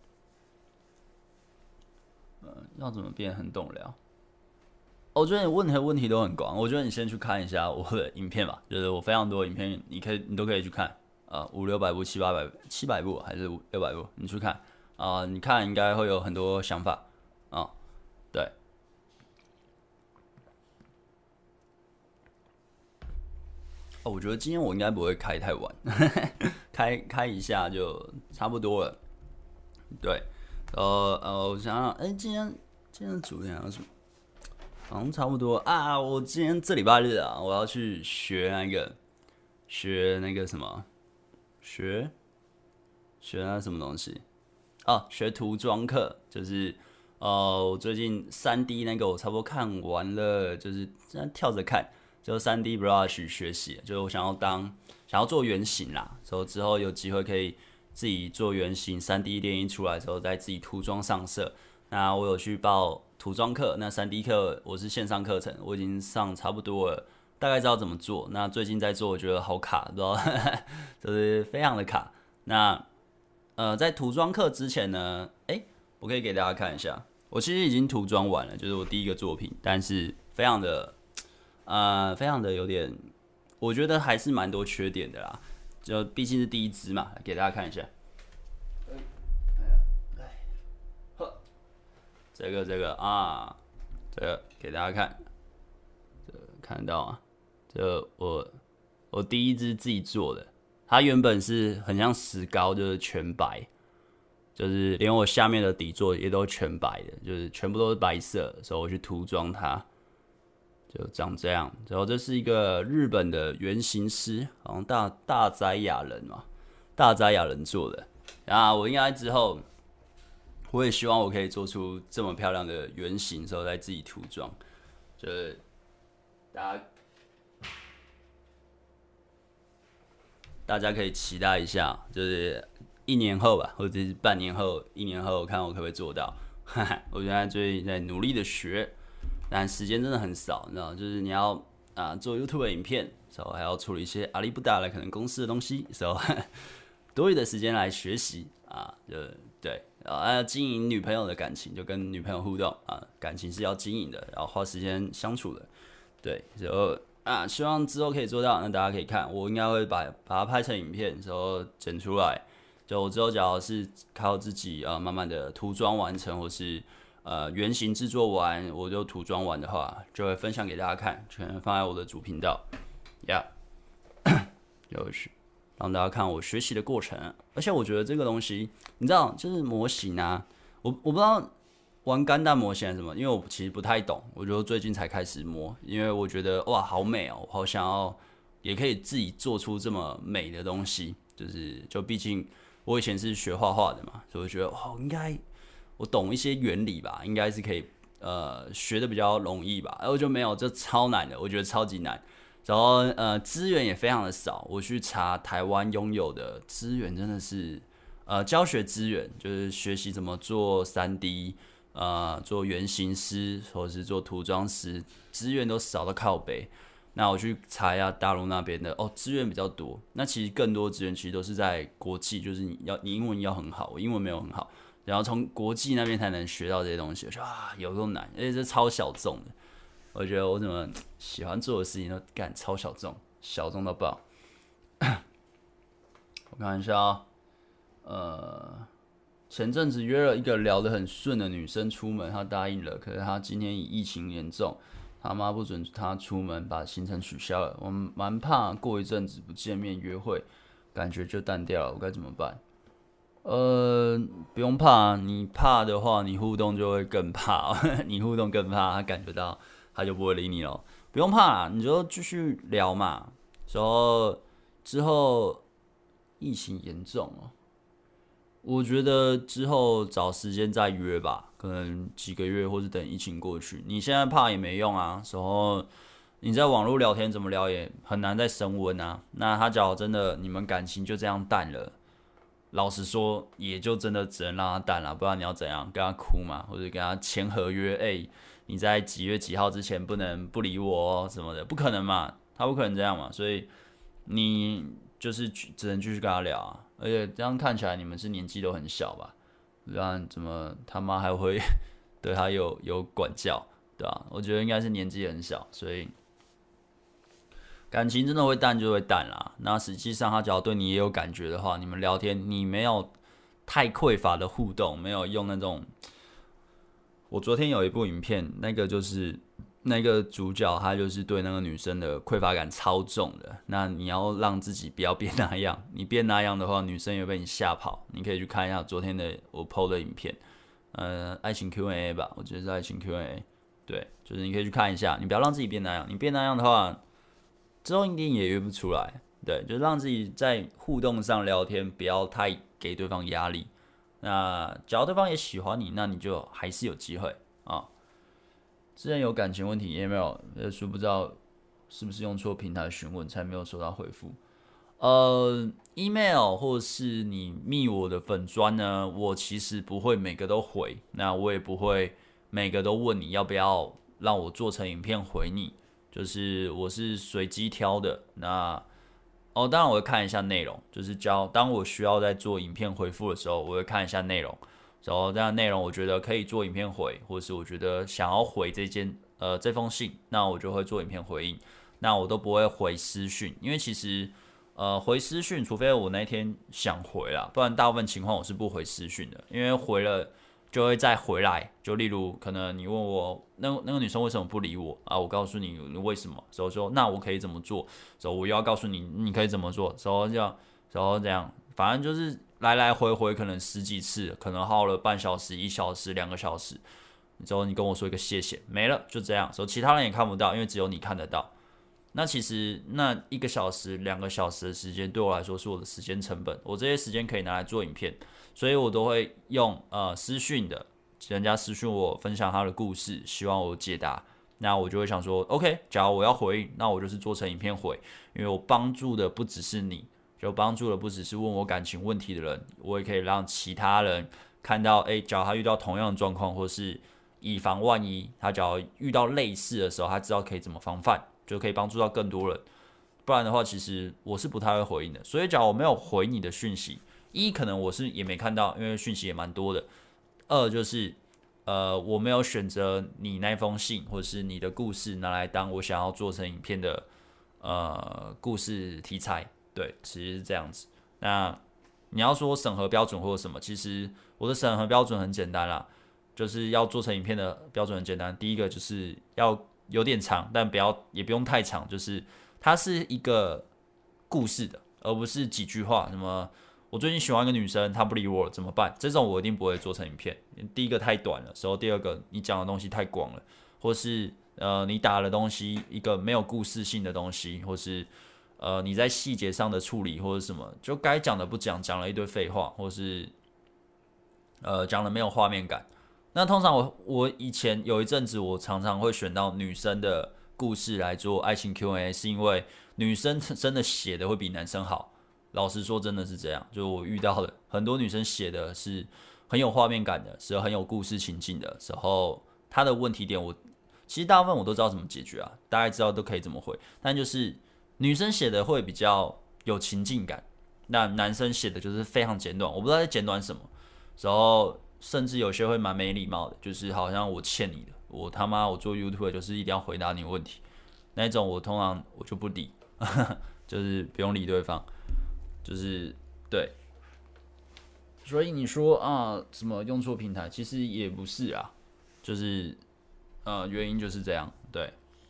Speaker 1: 要怎么变很懂聊？我觉得你问的问题都很广，我觉得你先去看一下我的影片吧，就是我非常多影片，你可以你都可以去看，呃，五六百部、七八百、七百部还是六百部，你去看啊、呃，你看应该会有很多想法啊、呃，对。哦，我觉得今天我应该不会开太晚，开开一下就差不多了。对，呃呃，我想想，哎、欸，今天今天的主题还有什么？好像差不多啊。我今天这礼拜日啊，我要去学那个学那个什么，学学那什么东西哦，学涂装课，就是呃，我最近三 D 那个我差不多看完了，就是这样跳着看，就三 D brush 学习，就是我想要当想要做原型啦，所以之后有机会可以自己做原型，三 D 列印出来之后再自己涂装上色。那我有去报涂装课，那三 D 课我是线上课程，我已经上差不多了，大概知道怎么做。那最近在做，我觉得好卡，不知道，就是非常的卡。那呃，在涂装课之前呢，哎、欸，我可以给大家看一下，我其实已经涂装完了，就是我第一个作品，但是非常的呃，非常的有点，我觉得还是蛮多缺点的啦。就毕竟是第一支嘛，给大家看一下。这个这个啊，这个给大家看，这个看得到啊？这我我第一支自己做的，它原本是很像石膏，就是全白，就是连我下面的底座也都全白的，就是全部都是白色，所以我去涂装它，就长这样。然后这是一个日本的原型师，好像大大斋雅人嘛，大斋雅人做的。啊，我应该之后。我也希望我可以做出这么漂亮的原型，之后再自己涂装，就是大家大家可以期待一下，就是一年后吧，或者是半年后、一年后，看我可不可以做到。我现在最近在努力的学，但时间真的很少，你知道，就是你要啊、呃、做 YouTube 的影片，然后还要处理一些阿里不达的可能公司的东西，然后多余的时间来学习啊，就对。啊，要经营女朋友的感情，就跟女朋友互动啊，感情是要经营的，然后花时间相处的，对，然后啊，希望之后可以做到，那大家可以看，我应该会把把它拍成影片，然后剪出来，就我之后假如是靠自己啊，慢慢的涂装完成，或是
Speaker 2: 呃原型制作完，我就涂装完的话，就会分享给大家看，可能放在我的主频道，呀、yeah ，就是让大家看我学习的过程。而且我觉得这个东西，你知道，就是模型啊，我我不知道玩干弹模型还是什么，因为我其实不太懂，我就最近才开始摸，因为我觉得哇，好美哦，我好想要，也可以自己做出这么美的东西。就是就毕竟我以前是学画画的嘛，所以我觉得哦，应该我懂一些原理吧，应该是可以呃学的比较容易吧。然后就没有，这超难的，我觉得超级难。然后呃资源也非常的少，我去查台湾拥有的资源真的是呃教学资源，就是学习怎么做 三 D， 呃做原型师或者是做涂装师，资源都少到靠北。那我去查一下大陆那边的哦，资源比较多。那其实更多资源其实都是在国际，就是你要你英文要很好，我英文没有很好，然后从国际那边才能学到这些东西。我说啊，有够难，而且这超小众的。我觉得我怎么喜欢做的事情都干超小众，小众到爆。我看一下啊、哦，呃，前阵子约了一个聊得很顺的女生出门，她答应了，可是她今天疫情严重，他妈不准她出门，把行程取消了。我蛮怕过一阵子不见面约会，感觉就淡掉了，我该怎么办？呃，不用怕，你怕的话，你互动就会更怕，你互动更怕，他感觉到他就不会理你了。不用怕啦，你就继续聊嘛。然后之后疫情严重哦，我觉得之后找时间再约吧，可能几个月或是等疫情过去。你现在怕也没用啊，然后你在网络聊天怎么聊也很难再升温啊。那他假如真的你们感情就这样淡了。老实说，也就真的只能让他淡了，不然你要怎样跟他哭嘛，或者跟他签合约？哎、欸，你在几月几号之前不能不理我哦什么的，不可能嘛，他不可能这样嘛，所以你就是只能继续跟他聊啊。而且这样看起来你们是年纪都很小吧？不然怎么他妈还会对他有有管教，对吧、啊？我觉得应该是年纪很小，所以。感情真的会淡就会淡啦。那实际上他只要对你也有感觉的话，你们聊天你没有太匮乏的互动，没有用那种。我昨天有一部影片，那个就是那个主角他就是对那个女生的匮乏感超重的。那你要让自己不要变那样，你变那样的话，女生也被你吓跑。你可以去看一下昨天的我 P O 的影片，呃，爱情 Q and A 吧，我觉得是爱情 Q and A。对，就是你可以去看一下，你不要让自己变那样，你变那样的话。之后一定也约不出来，对，就让自己在互动上聊天，不要太给对方压力。那只要对方也喜欢你，那你就还是有机会啊。之前有感情问题也没有，呃，说不知道是不是用错平台询问才没有收到回复。呃，email 或是你密我的粉专呢，我其实不会每个都回，那我也不会每个都问你要不要让我做成影片回你。就是我是随机挑的，那哦，当然我会看一下内容，就是教当我需要在做影片回复的时候，我会看一下内容，然后这样内容我觉得可以做影片回，或者是我觉得想要回这件呃这封信，那我就会做影片回应，那我都不会回私讯，因为其实呃回私讯，除非我那天想回啦，不然大部分情况我是不回私讯的，因为回了。就会再回来，就例如可能你问我那那个女生为什么不理我啊？我告诉你为什么，所以说那我可以怎么做，所以我又要告诉你你可以怎么做，所以这样，然后这样，反正就是来来回回可能十几次，可能耗了半小时、一小时、两个小时，之后你跟我说一个谢谢，没了，就这样，所以其他人也看不到，因为只有你看得到。那其实那一个小时、两个小时的时间对我来说是我的时间成本，我这些时间可以拿来做影片。所以我都会用呃私讯的，人家私讯我分享他的故事，希望我解答，那我就会想说 ，OK， 假如我要回应，那我就是做成影片回，因为我帮助的不只是你，就帮助的不只是问我感情问题的人，我也可以让其他人看到，哎，假如他遇到同样的状况，或是以防万一，他假如遇到类似的时候，他知道可以怎么防范，就可以帮助到更多人。不然的话，其实我是不太会回应的。所以，假如我没有回你的讯息，一可能我是也没看到，因为讯息也蛮多的。二就是呃我没有选择你那封信或者是你的故事拿来当我想要做成影片的呃故事题材。对，其实是这样子。那你要说审核标准或者什么，其实我的审核标准很简单啦。
Speaker 1: 就是要做成影片的标准很简单，第一个就是要有点长，但不要也不用太长，就是它是一个故事的，而不是几句话。什么我最近喜欢一个女生，她不理我怎么办？这种我一定不会做成影片。第一个太短了，然后第二个你讲的东西太广了，或是呃你打的东西一个没有故事性的东西，或是呃你在细节上的处理或者什么，就该讲的不讲，讲了一堆废话，或是呃讲的没有画面感。那通常我我以前有一阵子，我常常会选到女生的故事来做爱情 Q and A， 是因为女生真的写的会比男生好。老实说，真的是这样。就是我遇到的很多女生写的是很有画面感的，是很有故事情境的时候，她的问题点我其实大部分我都知道怎么解决啊，大概知道都可以怎么回。但就是女生写的会比较有情境感，那男生写的就是非常简短，我不知道在简短什么。然后甚至有些会蛮没礼貌的，就是好像我欠你的，我他妈我做 YouTube 就是一定要回答你问题，那一种我通常我就不理，就是不用理对方。就是对，所以你说啊，什么用错平台，其实也不是啊，就是呃，原因就是这样。对，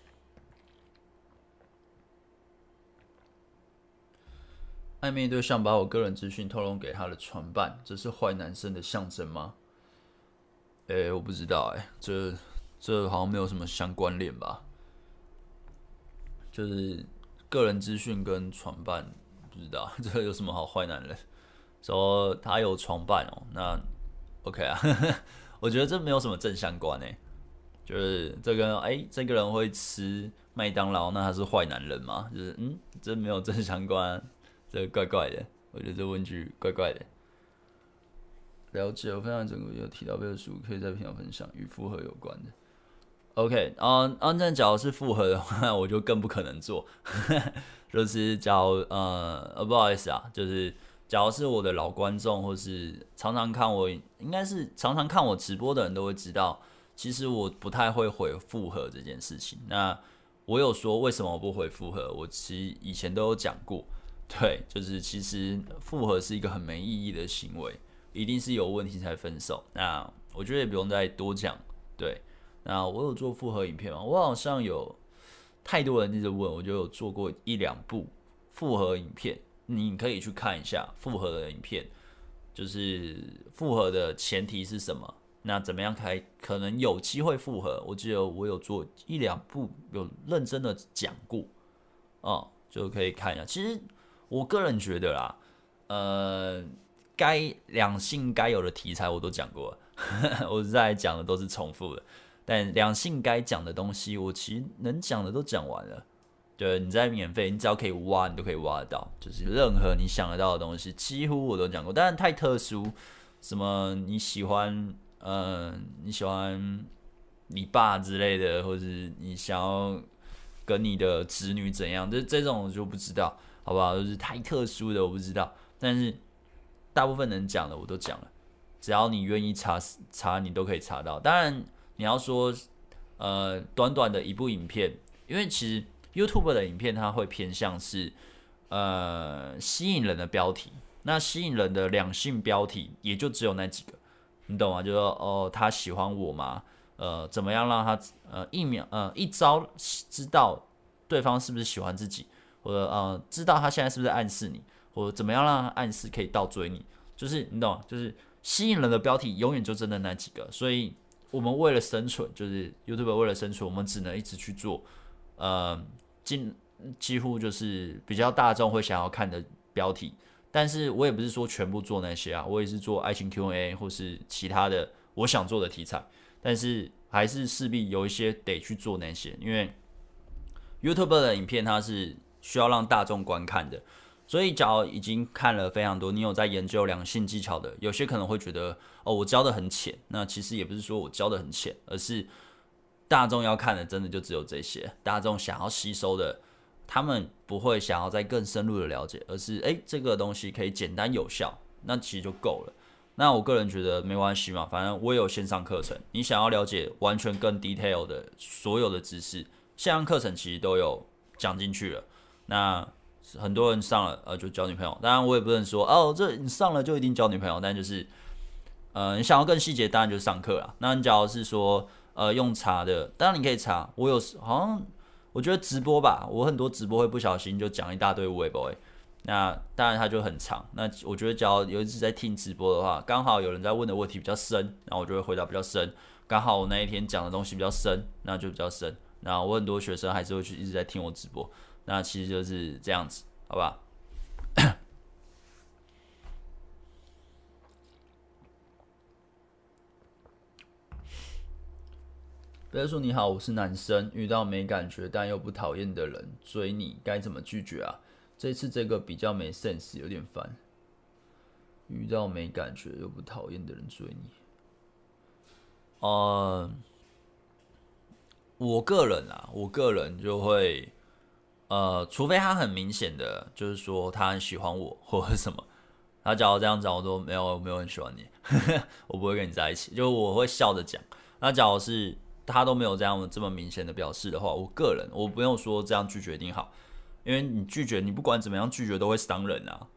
Speaker 1: 暧昧对象把我个人资讯透露给他的船伴，这是坏男生的象征吗？诶、欸，我不知道、欸，哎，这这好像没有什么相关联吧？就是个人资讯跟船伴。不知道这有什么好坏男人？说他有床伴哦，那 OK 啊，我觉得这没有什么正相关诶，就是这个哎、欸，这个人会吃麦当劳，那他是坏男人吗？就是嗯，这没有正相关，这个怪怪的，我觉得这问句怪怪的。了解，我分享整个有提到背的书，可以在频道分享与复合有关的。OK， 啊啊，那假如是复合的话，我就更不可能做。就是假如呃呃不好意思啊，就是假如是我的老观众，或是常常看我，应该是常常看我直播的人都会知道，其实我不太会回复合这件事情。那我有说为什么我不回复合，我其实以前都有讲过，对，就是其实复合是一个很没意义的行为，一定是有问题才分手。那我觉得也不用再多讲，对。那我有做复合影片吗？我好像有。太多人一直问，我就有做过一两部复合影片，你可以去看一下复合的影片，就是复合的前提是什么，那怎么样才可能有机会复合？我记得我有做一两部，有认真的讲过，哦、嗯，就可以看一下。其实我个人觉得啦，呃，该两性该有的题材我都讲过了，我在讲的都是重复的。但两性该讲的东西，我其实能讲的都讲完了。对，你在免费，你只要可以挖，你都可以挖得到。就是任何你想得到的东西，几乎我都讲过。当然太特殊，什么你喜欢，呃，你喜欢你爸之类的，或是你想要跟你的子女怎样，这这种我就不知道，好不好？就是太特殊的我不知道。但是大部分能讲的我都讲了，只要你愿意查查，你都可以查到。当然。你要说，呃，短短的一部影片，因为其实 YouTube 的影片它会偏向是，呃，吸引人的标题。那吸引人的两性标题也就只有那几个，你懂吗？就说哦，他喜欢我吗？呃，怎么样让他呃一秒呃一招知道对方是不是喜欢自己，或者呃知道他现在是不是暗示你，或者怎么样让他暗示可以倒追你？就是你懂吗？就是吸引人的标题永远就真的那几个，所以。我们为了生存，就是 YouTube 为了生存，我们只能一直去做，呃，几几乎就是比较大众会想要看的标题。但是我也不是说全部做那些啊，我也是做爱情 Q and A 或是其他的我想做的题材，但是还是势必有一些得去做那些，因为 YouTube 的影片它是需要让大众观看的。所以，假如已经看了非常多，你有在研究两性技巧的，有些可能会觉得，哦，我教的很浅。那其实也不是说我教的很浅，而是大众要看的真的就只有这些。大众想要吸收的，他们不会想要再更深入的了解，而是，哎，这个东西可以简单有效，那其实就够了。那我个人觉得没关系嘛，反正我也有线上课程，你想要了解完全更 detail 的所有的知识，线上课程其实都有讲进去了。那很多人上了，呃，就交女朋友。当然，我也不能说哦，这你上了就一定交女朋友，但就是， 呃，你想要更细节，当然就是上课啦。那你假如是说呃用查的，当然你可以查。我有好像我觉得直播吧，我很多直播会不小心就讲一大堆微博，那当然它就很长。那我觉得，只要有一直在听直播的话，刚好有人在问的问题比较深，然后我就会回答比较深。刚好我那一天讲的东西比较深，那就比较深。那我很多学生还是会去一直在听我直播，那其实就是这样子，好吧？比如说你好，我是男生，遇到没感觉但又不讨厌的人追你，该怎么拒绝啊？这次这个比较没 sense， 有点烦。遇到没感觉又不讨厌的人追你，呃，我个人啊，我个人就会，呃，除非他很明显的，就是说他很喜欢我或者什么，他假如这样讲，我说没有，没有很喜欢你，我不会跟你在一起，就我会笑着讲。那假如是他都没有这样这么明显的表示的话，我个人我不用说这样拒绝一定好，因为你拒绝，你不管怎么样拒绝都会伤人啊。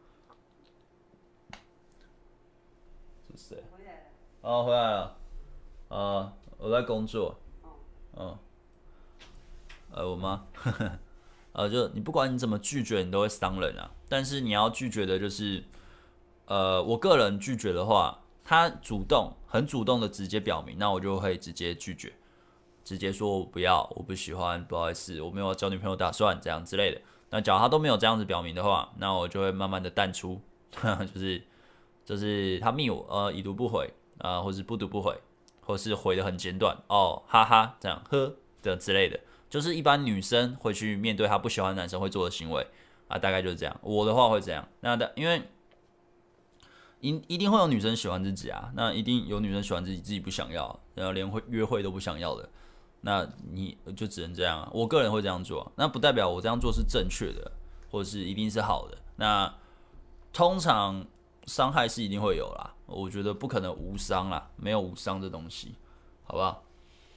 Speaker 1: 是谁？回来了。哦，回来了。呃，我在工作。嗯。呃，我妈。呃，就你不管你怎么拒绝，你都会伤人啊。但是你要拒绝的就是，呃，我个人拒绝的话，他主动很主动的直接表明，那我就会直接拒绝，直接说我不要，我不喜欢，不好意思，我没有要交女朋友打算，这样之类的。那假如他都没有这样子表明的话，那我就会慢慢的淡出，就是就是他密我，呃，已读不回啊、呃，或是不读不回，或是回的很简短，哦，哈哈，这样呵的之类的。就是一般女生会去面对她不喜欢的男生会做的行为啊，大概就是这样。我的话会这样，那的因为一一定会有女生喜欢自己啊，那一定有女生喜欢自己自己不想要，然后连会约会都不想要的，那你就只能这样啊。我个人会这样做，那不代表我这样做是正确的，或者是一定是好的。那通常伤害是一定会有啦，我觉得不可能无伤啦，没有无伤这东西，好不好？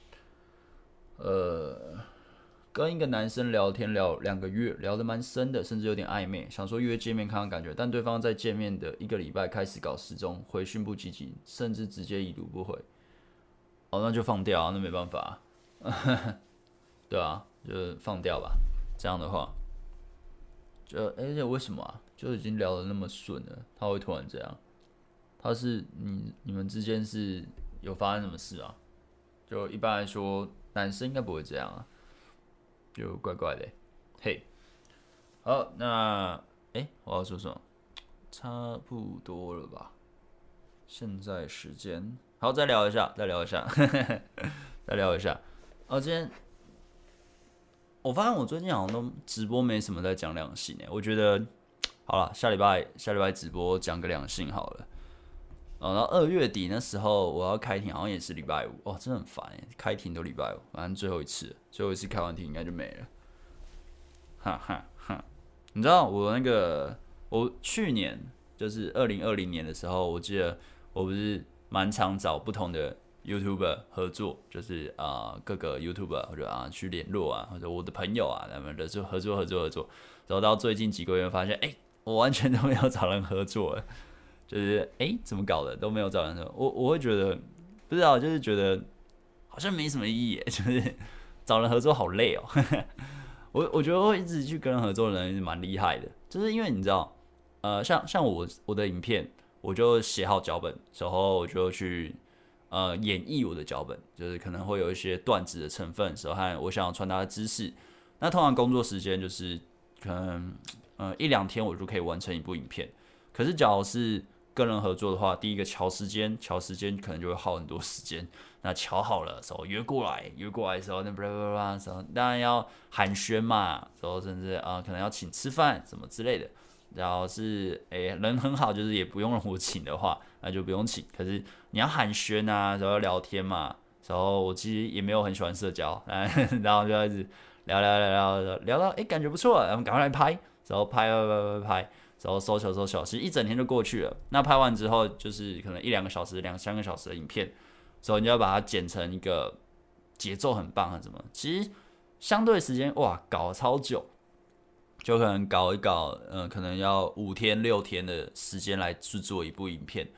Speaker 1: 呃。跟一个男生聊天聊两个月，聊得蛮深的，甚至有点暧昧，想说约见面看看感觉，但对方在见面的一个礼拜开始搞失踪，回讯不积极，甚至直接已读不回。哦，那就放掉啊，那没办法、啊，对啊，就放掉吧。这样的话，就而且为什么啊？就已经聊得那么顺了，他会突然这样？他是你你们之间是有发生什么事啊？就一般来说，男生应该不会这样啊。就怪怪的，嘿，好，那哎、欸，我要说什么？差不多了吧？现在时间，好，再聊一下，再聊一下，再聊一下。哦，今天我发现我最近好像都直播没什么在讲两性诶，我觉得好了，下礼拜下礼拜直播讲个两性好了。哦，然后二月底那时候我要开庭，好像也是礼拜五，哦，真的很烦耶，开庭都礼拜五，反正最后一次，最后一次开完庭应该就没了，哈哈哈。你知道我那个，我去年就是二零二零年的时候，我记得我不是蛮常找不同的 YouTuber 合作，就是啊、呃、各个 YouTuber 或者啊去联络啊，或者我的朋友啊，他们的就合作合作合作，然后到最近几个月发现，哎、欸，我完全都没有找人合作了。就是哎、欸，怎么搞的都没有找人合作，我我会觉得不知道，就是觉得好像没什么意义，就是找人合作好累哦。我我觉得会一直去跟人合作的人蛮厉害的，就是因为你知道，呃，像像我我的影片，我就写好脚本，然后我就去呃演绎我的脚本，就是可能会有一些段子的成分，然后和我想要传达的知识。那通常工作时间就是可能呃一两天我就可以完成一部影片，可是假如是跟人合作的话，第一个调时间，调时间可能就会耗很多时间。那调好了，时候约过来，约过来的时候，那巴拉巴拉的时候，当然要寒暄嘛，然后甚至啊、呃，可能要请吃饭什么之类的。然后是诶、欸、人很好，就是也不用我请的话，那就不用请。可是你要寒暄啊，然后要聊天嘛，然后我其实也没有很喜欢社交，然后就一直聊聊聊聊聊到诶、欸、感觉不错，然后赶快来拍，然后拍拍拍拍拍。然后搜求搜求，其实一整天就过去了。那拍完之后，就是可能一两个小时、两三个小时的影片，所以你要把它剪成一个节奏很棒啊什么。其实相对时间哇，搞超久，就可能搞一搞，嗯、呃，可能要五天六天的时间来制作一部影片，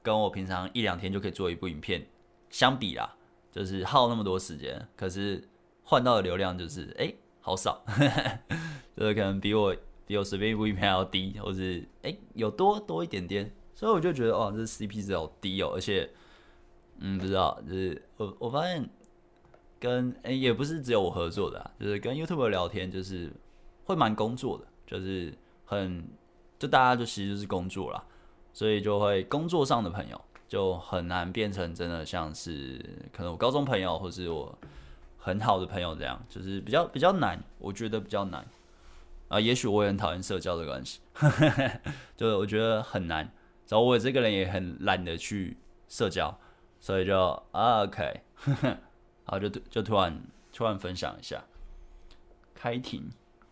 Speaker 1: 跟我平常一两天就可以做一部影片相比啦，就是耗那么多时间，可是换到的流量就是哎、欸、好少，就是可能比我比我随便一部影片还要低，或是哎、欸、有多多一点点，所以我就觉得哦，这 C P 值好低哦，而且嗯不知道，就是我我发现跟哎、欸、也不是只有我合作的、啊，就是跟 YouTube 聊天就是会蛮工作的，就是很就大家就其实就是工作啦，所以就会工作上的朋友就很难变成真的像是可能我高中朋友或是我很好的朋友这样，就是比较比较难，我觉得比较难啊。也许我也很讨厌社交的关系，就我觉得很难。然后我这个人也很懒得去社交，所以就啊 OK， 好就就突然突然分享一下开庭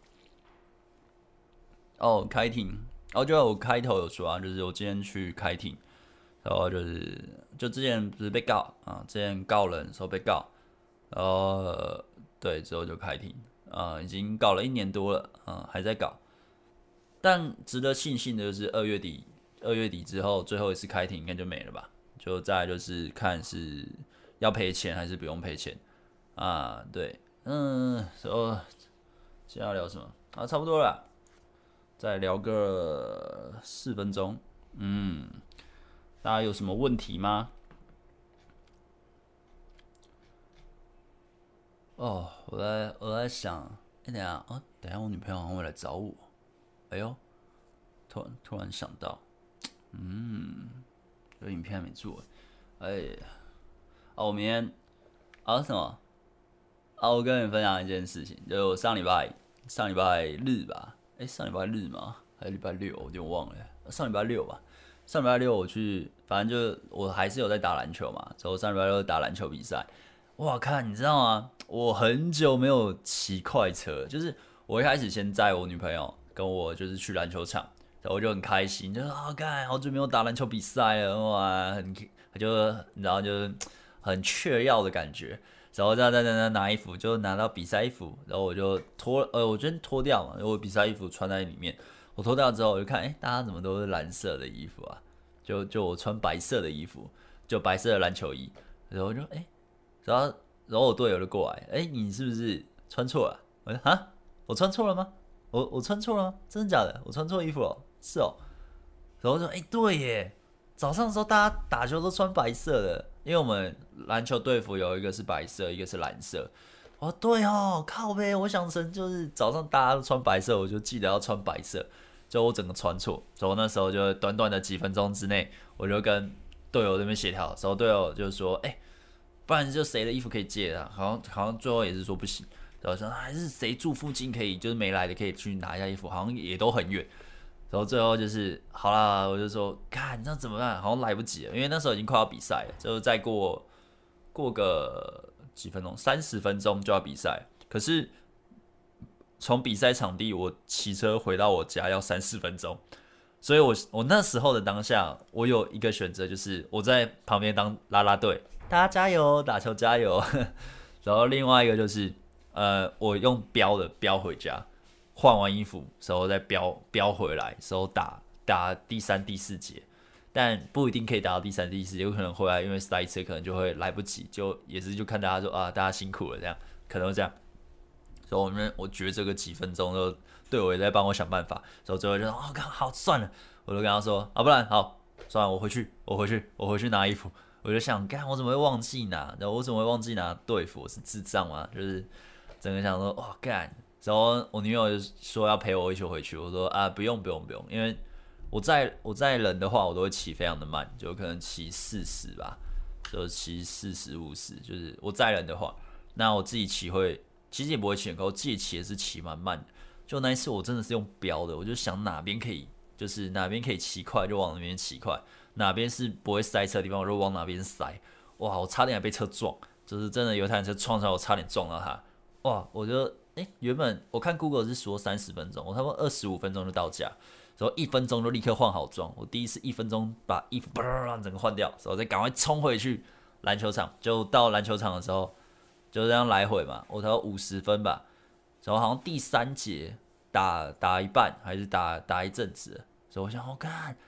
Speaker 1: 哦，开庭哦，就我开头有说啊，就是我今天去开庭，然后就是就之前不是被告啊，之前告人的时候被告。然后、呃、对，之后就开庭，呃，已经搞了一年多了，嗯、呃，还在搞。但值得庆幸的就是二月底，二月底之后最后一次开庭应该就没了吧？就再来就是看是要赔钱还是不用赔钱啊？对，嗯，然后接下来聊什么啊？差不多了，再聊个四分钟。嗯，大家有什么问题吗？哦，我在我在想，哎、欸，等一下哦，等一下我女朋友好像会来找我。哎呦，突然突然想到，嗯，有影片还没做，哎呀，啊，我明天啊什么啊？我跟你分享一件事情，就是我上礼拜上礼拜日吧，哎、欸，上礼拜日吗？还是礼拜六？我有点忘了，上礼拜六吧。上礼拜六我去，反正就我还是有在打篮球嘛，所以我上礼拜六打篮球比赛。哇，看你知道吗？我很久没有骑快车，就是我一开始先载我女朋友跟我就是去篮球场，然后我就很开心，就啊，干好久没有打篮球比赛了，哇，很就你知道就是很雀跃的感觉。然后再再再拿衣服，就拿到比赛衣服，然后我就脱呃，我先脱掉嘛，因为我比赛衣服穿在里面。我脱掉之后，我就看，哎、欸，大家怎么都是蓝色的衣服啊？就就我穿白色的衣服，就白色的篮球衣，然后我就哎。欸然后，然后我队友就过来，哎、欸，你是不是穿错了？我说啊，我穿错了吗？我我穿错了吗？真的假的？我穿错衣服了？是哦。然后我说，哎、欸，对耶，早上的时候大家打球都穿白色的，因为我们篮球队服有一个是白色，一个是蓝色。哦，对哦，靠呗，我想成就是早上大家都穿白色，我就记得要穿白色，就我整个穿错。所以我那时候就短短的几分钟之内，我就跟队友那边协调，然后队友就说，哎、欸。不然就谁的衣服可以借啊？好像好像最后也是说不行，然后说还是谁住附近可以，就是没来的可以去拿一下衣服，好像也都很远。然后最后就是好啦，我就说，看你知道怎么办？好像来不及了，因为那时候已经快要比赛了，就再过过个几分钟，三十分钟就要比赛。可是从比赛场地我骑车回到我家要三十分钟，所以我我那时候的当下，我有一个选择，就是我在旁边当啦啦队。大家加油，打球加油。然后另外一个就是，呃，我用飙的飙回家，换完衣服时候再飙飙回来，时候打打第三、第四节，但不一定可以打到第三、第四节，有可能回来因为塞车，可能就会来不及，就也是就看大家说啊，大家辛苦了这样，可能会这样。所以我们我觉得这个几分钟都队友也在帮我想办法，所以最后就说哦，好算了，我就跟他说啊，不然好算了，我回去，我回去，我回去拿衣服。我就想，干我怎么会忘记拿？然后我怎么会忘记拿队服？我是智障吗？就是整个想说，哇干！然后我女友就说要陪我一起回去，我说啊不用不用不用，因为我在我在人的话，我都会骑非常的慢，就可能骑四十吧，就骑四十五十，就是我载人的话，那我自己骑会，其实也不会骑很高，我自己骑也是骑蛮慢的。就那一次我真的是用飙的，我就想哪边可以，就是哪边可以骑快就往哪边骑快。哪边是不会塞车的地方，我就往哪边塞。哇，我差点还被车撞，就是真的有台车撞上我，差点撞到他。哇，我就哎、欸，原本我看 Google 是说三十分钟，我差不多二十五分钟就到家，然后一分钟就立刻换好装。我第一次一分钟把衣服整个换掉，然后再赶快冲回去篮球场。就到篮球场的时候，就这样来回嘛，我才五十分吧。然后好像第三节打打一半，还是打打一阵子，所以我想，我、哦、看。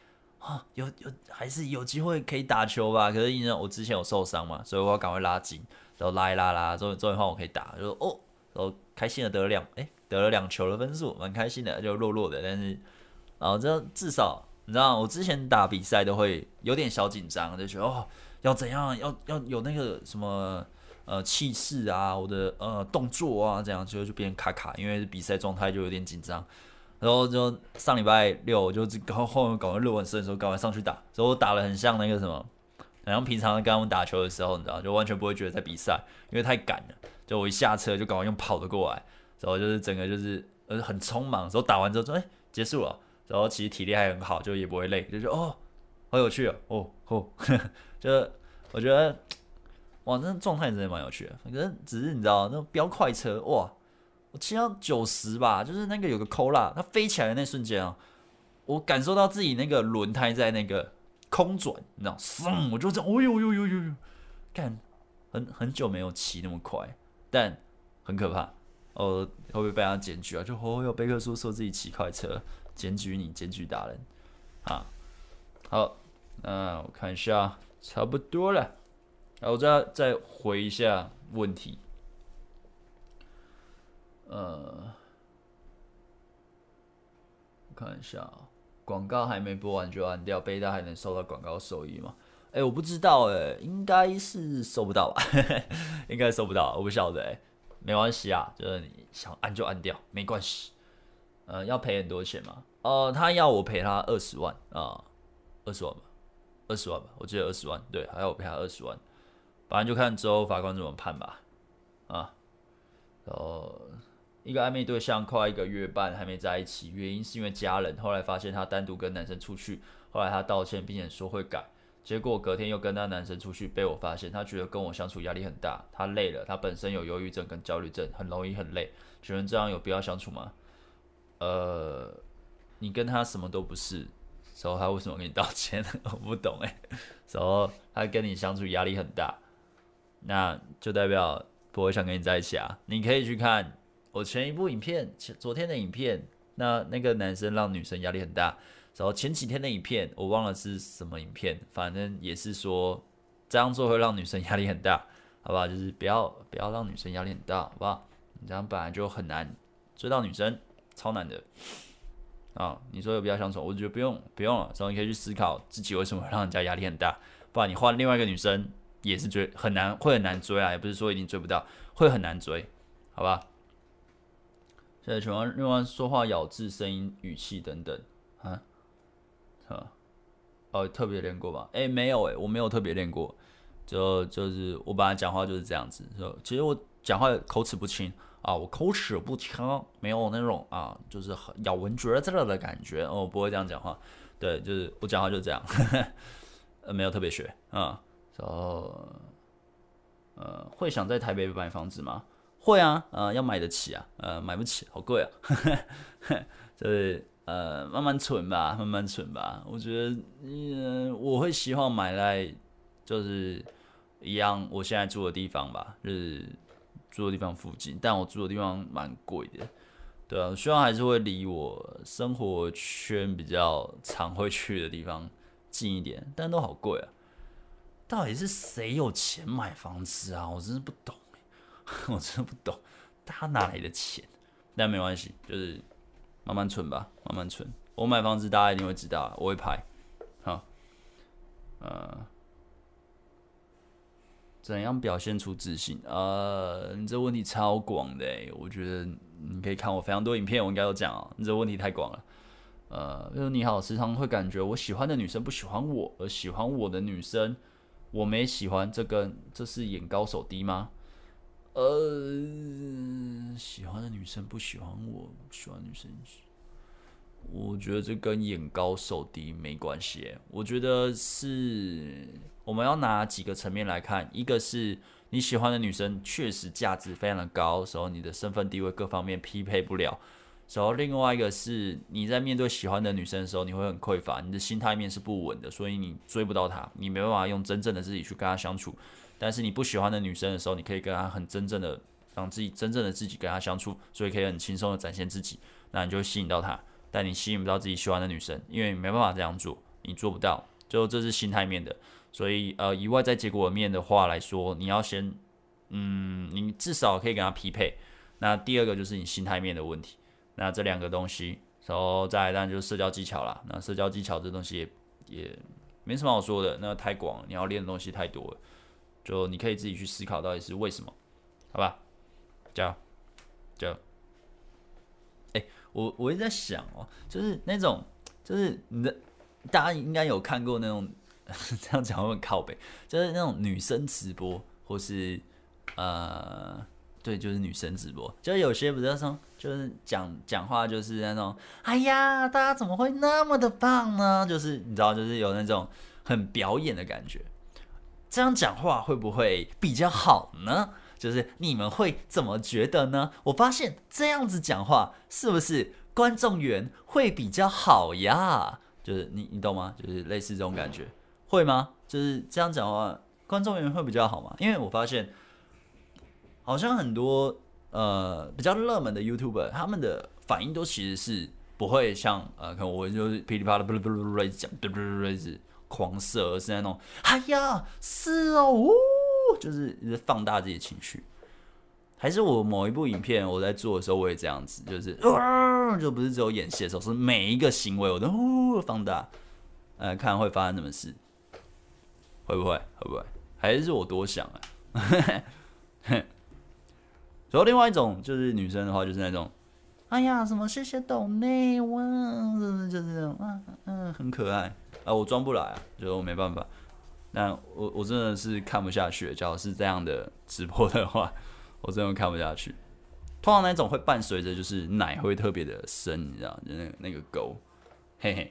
Speaker 1: 啊，有有还是有机会可以打球吧。可是因为我之前有受伤嘛，所以我要赶快拉筋，然后拉一拉拉，终于终于换我可以打，就哦，然后开心的得了两哎、欸、得了两球的分数，蛮开心的，就弱弱的，但是然后这至少你知道，我之前打比赛都会有点小紧张，就觉得哦要怎样，要要有那个什么。呃，气势啊，我的呃动作啊，这样就就变卡卡，因为比赛状态就有点紧张。然后就上礼拜六，我就后后面搞完热完身的时候，赶快上去打。所以我打的很像那个什么，很像平常跟他们打球的时候，你知道，就完全不会觉得在比赛，因为太赶了。就我一下车就赶快用跑的过来，然后就是整个就是呃很匆忙。然后打完之后说，哎、欸、结束了，然后其实体力还很好，就也不会累，就觉得哦好有趣哦哦哦，就我觉得。哇，那状态真的蛮有趣的。可是只是你知道，那种飙快车，哇，我骑到九十吧，就是那个有个扣啦，它飞起来的那瞬间啊，我感受到自己那个轮胎在那个空转，你知道，嗖，我就这样，哦呦呦呦呦呦，干，很很久没有骑那么快，但很可怕。哦，会不会被他检举啊？就哦哟，贝克叔说自己骑快车，检举你，检举达人啊。好，那我看一下，差不多了。然后再再回一下问题，呃，我看一下广告还没播完就按掉，贝大还能收到广告收益吗？哎、欸，我不知道、欸，哎，应该是收不到吧，应该收不到，我不晓得、欸，没关系啊，就是你想按就按掉，没关系。呃，要赔很多钱吗？呃，他要我赔他二十万啊，二、呃、十万吧，二十万吧，我记得二十万，对，还要我赔他二十万。反正就看之后法官怎么判吧，啊，然后一个暧昧对象快一个月半还没在一起，原因是因为家人，后来发现他单独跟男生出去，后来他道歉并且说会改，结果隔天又跟那男生出去，被我发现，他觉得跟我相处压力很大，他累了，他本身有忧郁症跟焦虑症，很容易很累，觉得这样有必要相处吗？呃，你跟他什么都不是，然后他为什么跟你道歉？我不懂哎，然后他跟你相处压力很大。那就代表不会想跟你在一起啊！你可以去看我前一部影片，昨天的影片，那那个男生让女生压力很大，然后前几天的影片我忘了是什么影片，反正也是说这样做会让女生压力很大，好不好？就是不要不要让女生压力很大，好不好？你这样本来就很难追到女生，超难的啊！你说有必要相处，我觉得不用不用了，然后你可以去思考自己为什么会让人家压力很大，不然你换另外一个女生。也是追很难，会很难追啊，也不是说一定追不到，会很难追，好吧？现在请问另外说话咬字、声音、语气等等，啊，啊，哦，特别练过吗？哎、欸，没有哎、欸，我没有特别练过，就就是我本来讲话就是这样子，其实我讲话口齿不清啊，我口齿不清，没有那种啊，就是咬文嚼字的感觉，哦，我不会这样讲话，对，就是我讲话就这样，呵呵呃，没有特别学啊。然后，呃，会想在台北买房子吗？会啊，呃，要买得起啊，呃，买不起，好贵啊，就是呃，慢慢存吧，慢慢存吧。我觉得，嗯、呃，我会希望买在就是一样我现在住的地方吧，就是住的地方附近，但我住的地方蛮贵的，对啊，我希望还是会离我生活圈比较常会去的地方近一点，但都好贵啊。到底是谁有钱买房子啊？我真是不懂，我真的不懂，他哪来的钱？但没关系，就是慢慢存吧，慢慢存。我买房子大家一定会知道，我会拍。好，呃，怎样表现出自信？呃，你这问题超广的，我觉得你可以看我非常多影片，我应该有讲哦。你这问题太广了。呃，就是你好，时常会感觉我喜欢的女生不喜欢我，而喜欢我的女生。我没喜欢，这跟这是眼高手低吗？呃，喜欢的女生不喜欢我，喜欢女生，我觉得这跟眼高手低没关系。我觉得是我们要拿几个层面来看，一个是你喜欢的女生确实价值非常的高，时候你的身份地位各方面匹配不了。然后另外一个是你在面对喜欢的女生的时候，你会很匮乏，你的心态面是不稳的，所以你追不到她，你没办法用真正的自己去跟她相处。但是你不喜欢的女生的时候，你可以跟她很真正的让自己真正的自己跟她相处，所以可以很轻松的展现自己，那你就会吸引到她。但你吸引不到自己喜欢的女生，因为你没办法这样做， 你做不到，就这是心态面的。所以呃，以外在结果面的话来说，你要先，嗯，你至少可以跟他匹配。那第二个就是你心态面的问题。那这两个东西，然后再来当然就是社交技巧啦。那社交技巧这东西也也没什么好说的，那太广了，你要练的东西太多了，就你可以自己去思考到底是为什么，好吧？加油，加油！哎、欸，我我一直在想哦，就是那种，就是你的大家应该有看过那种。这样讲会很靠北，就是那种女生直播，或是呃，对，就是女生直播，就是有些不是说，就是讲讲话就是那种，哎呀，大家怎么会那么的棒呢？就是你知道，就是有那种很表演的感觉。这样讲话会不会比较好呢？就是你们会怎么觉得呢？我发现这样子讲话是不是观众缘会比较好呀？就是你你懂吗？就是类似这种感觉。会吗？就是这样讲的话，观众缘会比较好吗？因为我发现，好像很多呃比较热门的 YouTuber， 他们的反应都其实是不会像呃，可能我就是噼里啪啦、不不不不一直讲，对对对，一直狂射，而是那种哎呀，是哦，呜，就是一直放大自己的情绪。还是我某一部影片我在做的时候，我也这样子，就是、呃、就不是只有演戏的时候，是每一个行为我都呜放大，呃，看会发生什么事。会不会？会不会？还是我多想啊？然后另外一种就是女生的话，就是那种，哎呀，什么谢谢抖内哇，就是这种啊，嗯，很可爱啊，我装不来啊，就我没办法。但我我真的是看不下去，假如是这样的直播的话，我真的看不下去。通常那种会伴随着就是奶会特别的深，你知道，就那个那个沟，嘿嘿。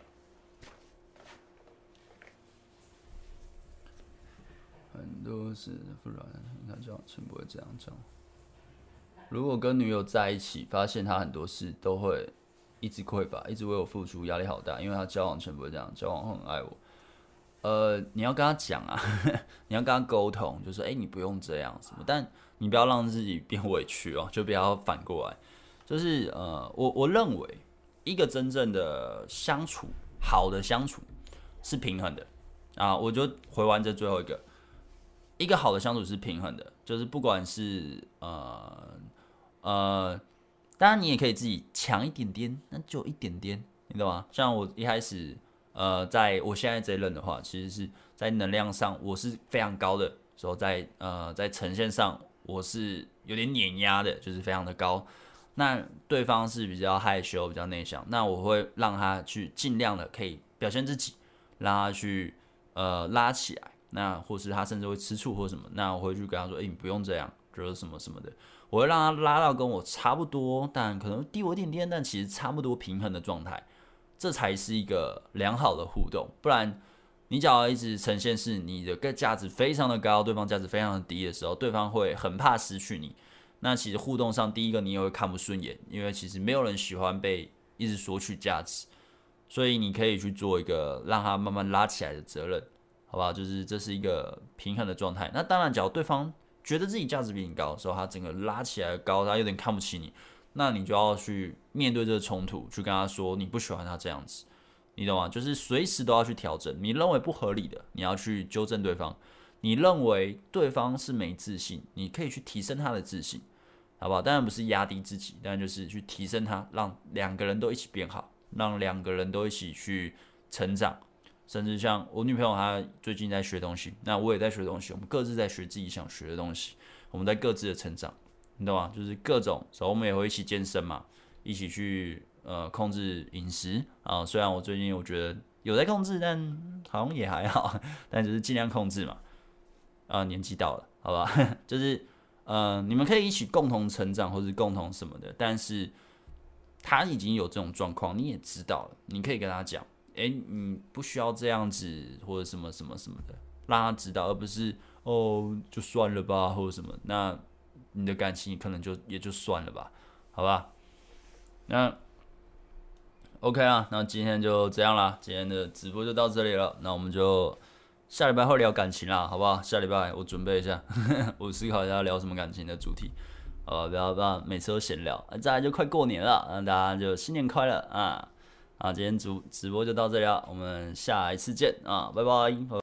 Speaker 1: 很多是不然，他交情不会这样讲。如果跟女友在一起，发现她很多事都会一直匮乏，一直为我付出，压力好大，因为她交往前不会这样，交往后很爱我。呃，你要跟她讲啊，你要跟她沟通，就说，哎、欸，你不用这样什么，但你不要让自己变委屈哦，就不要反过来。就是呃，我我认为一个真正的相处，好的相处是平衡的啊。我就回完这最后一个。一个好的相处是平衡的，就是不管是呃呃，当然你也可以自己强一点点，那就一点点，你懂吗？像我一开始呃，在我现在这一任的话，其实是在能量上我是非常高的，时候在呃在呈现上我是有点碾压的，就是非常的高。那对方是比较害羞、比较内向，那我会让他去尽量的可以表现自己，让他去呃拉起来。那或是他甚至会吃醋或什么，那我会去跟他说：“哎、欸，你不用这样，就是什么什么的。”我会让他拉到跟我差不多，但可能低我一点点，但其实差不多平衡的状态，这才是一个良好的互动。不然，你只要一直呈现是你的个价值非常的高，对方价值非常的低的时候，对方会很怕失去你。那其实互动上，第一个你也会看不顺眼，因为其实没有人喜欢被一直索取价值，所以你可以去做一个让他慢慢拉起来的责任。好吧，就是这是一个平衡的状态。那当然，假如对方觉得自己价值比你高的时候，他整个拉起来高，他有点看不起你，那你就要去面对这个冲突，去跟他说你不喜欢他这样子，你懂吗？就是随时都要去调整。你认为不合理的，你要去纠正对方；你认为对方是没自信，你可以去提升他的自信，好不好？当然不是压低自己，当然就是去提升他，让两个人都一起变好，让两个人都一起去成长。甚至像我女朋友，她最近在学东西，那我也在学东西，我们各自在学自己想学的东西，我们在各自的成长，你懂吗？就是各种，所以我们也会一起健身嘛，一起去呃控制饮食啊。虽然我最近我觉得有在控制，但好像也还好，但就是尽量控制嘛。啊、呃，年纪到了，好吧，就是呃，你们可以一起共同成长，或是共同什么的，但是他已经有这种状况，你也知道了，你可以跟他讲。哎、欸，你不需要这样子，或者什么什么什么的，让他知道，而不是哦就算了吧，或者什么，那你的感情可能就也就算了吧，好吧？那 OK 啊，那今天就这样啦，今天的直播就到这里了，那我们就下礼拜会聊感情啦，好不好？下礼拜我准备一下，我思考一下聊什么感情的主题，好吧？不要不要每次都闲聊，再来就快过年了，那大家就新年快乐啊！ 啊，今天主直播就到这里了，我们下一次见啊，拜拜。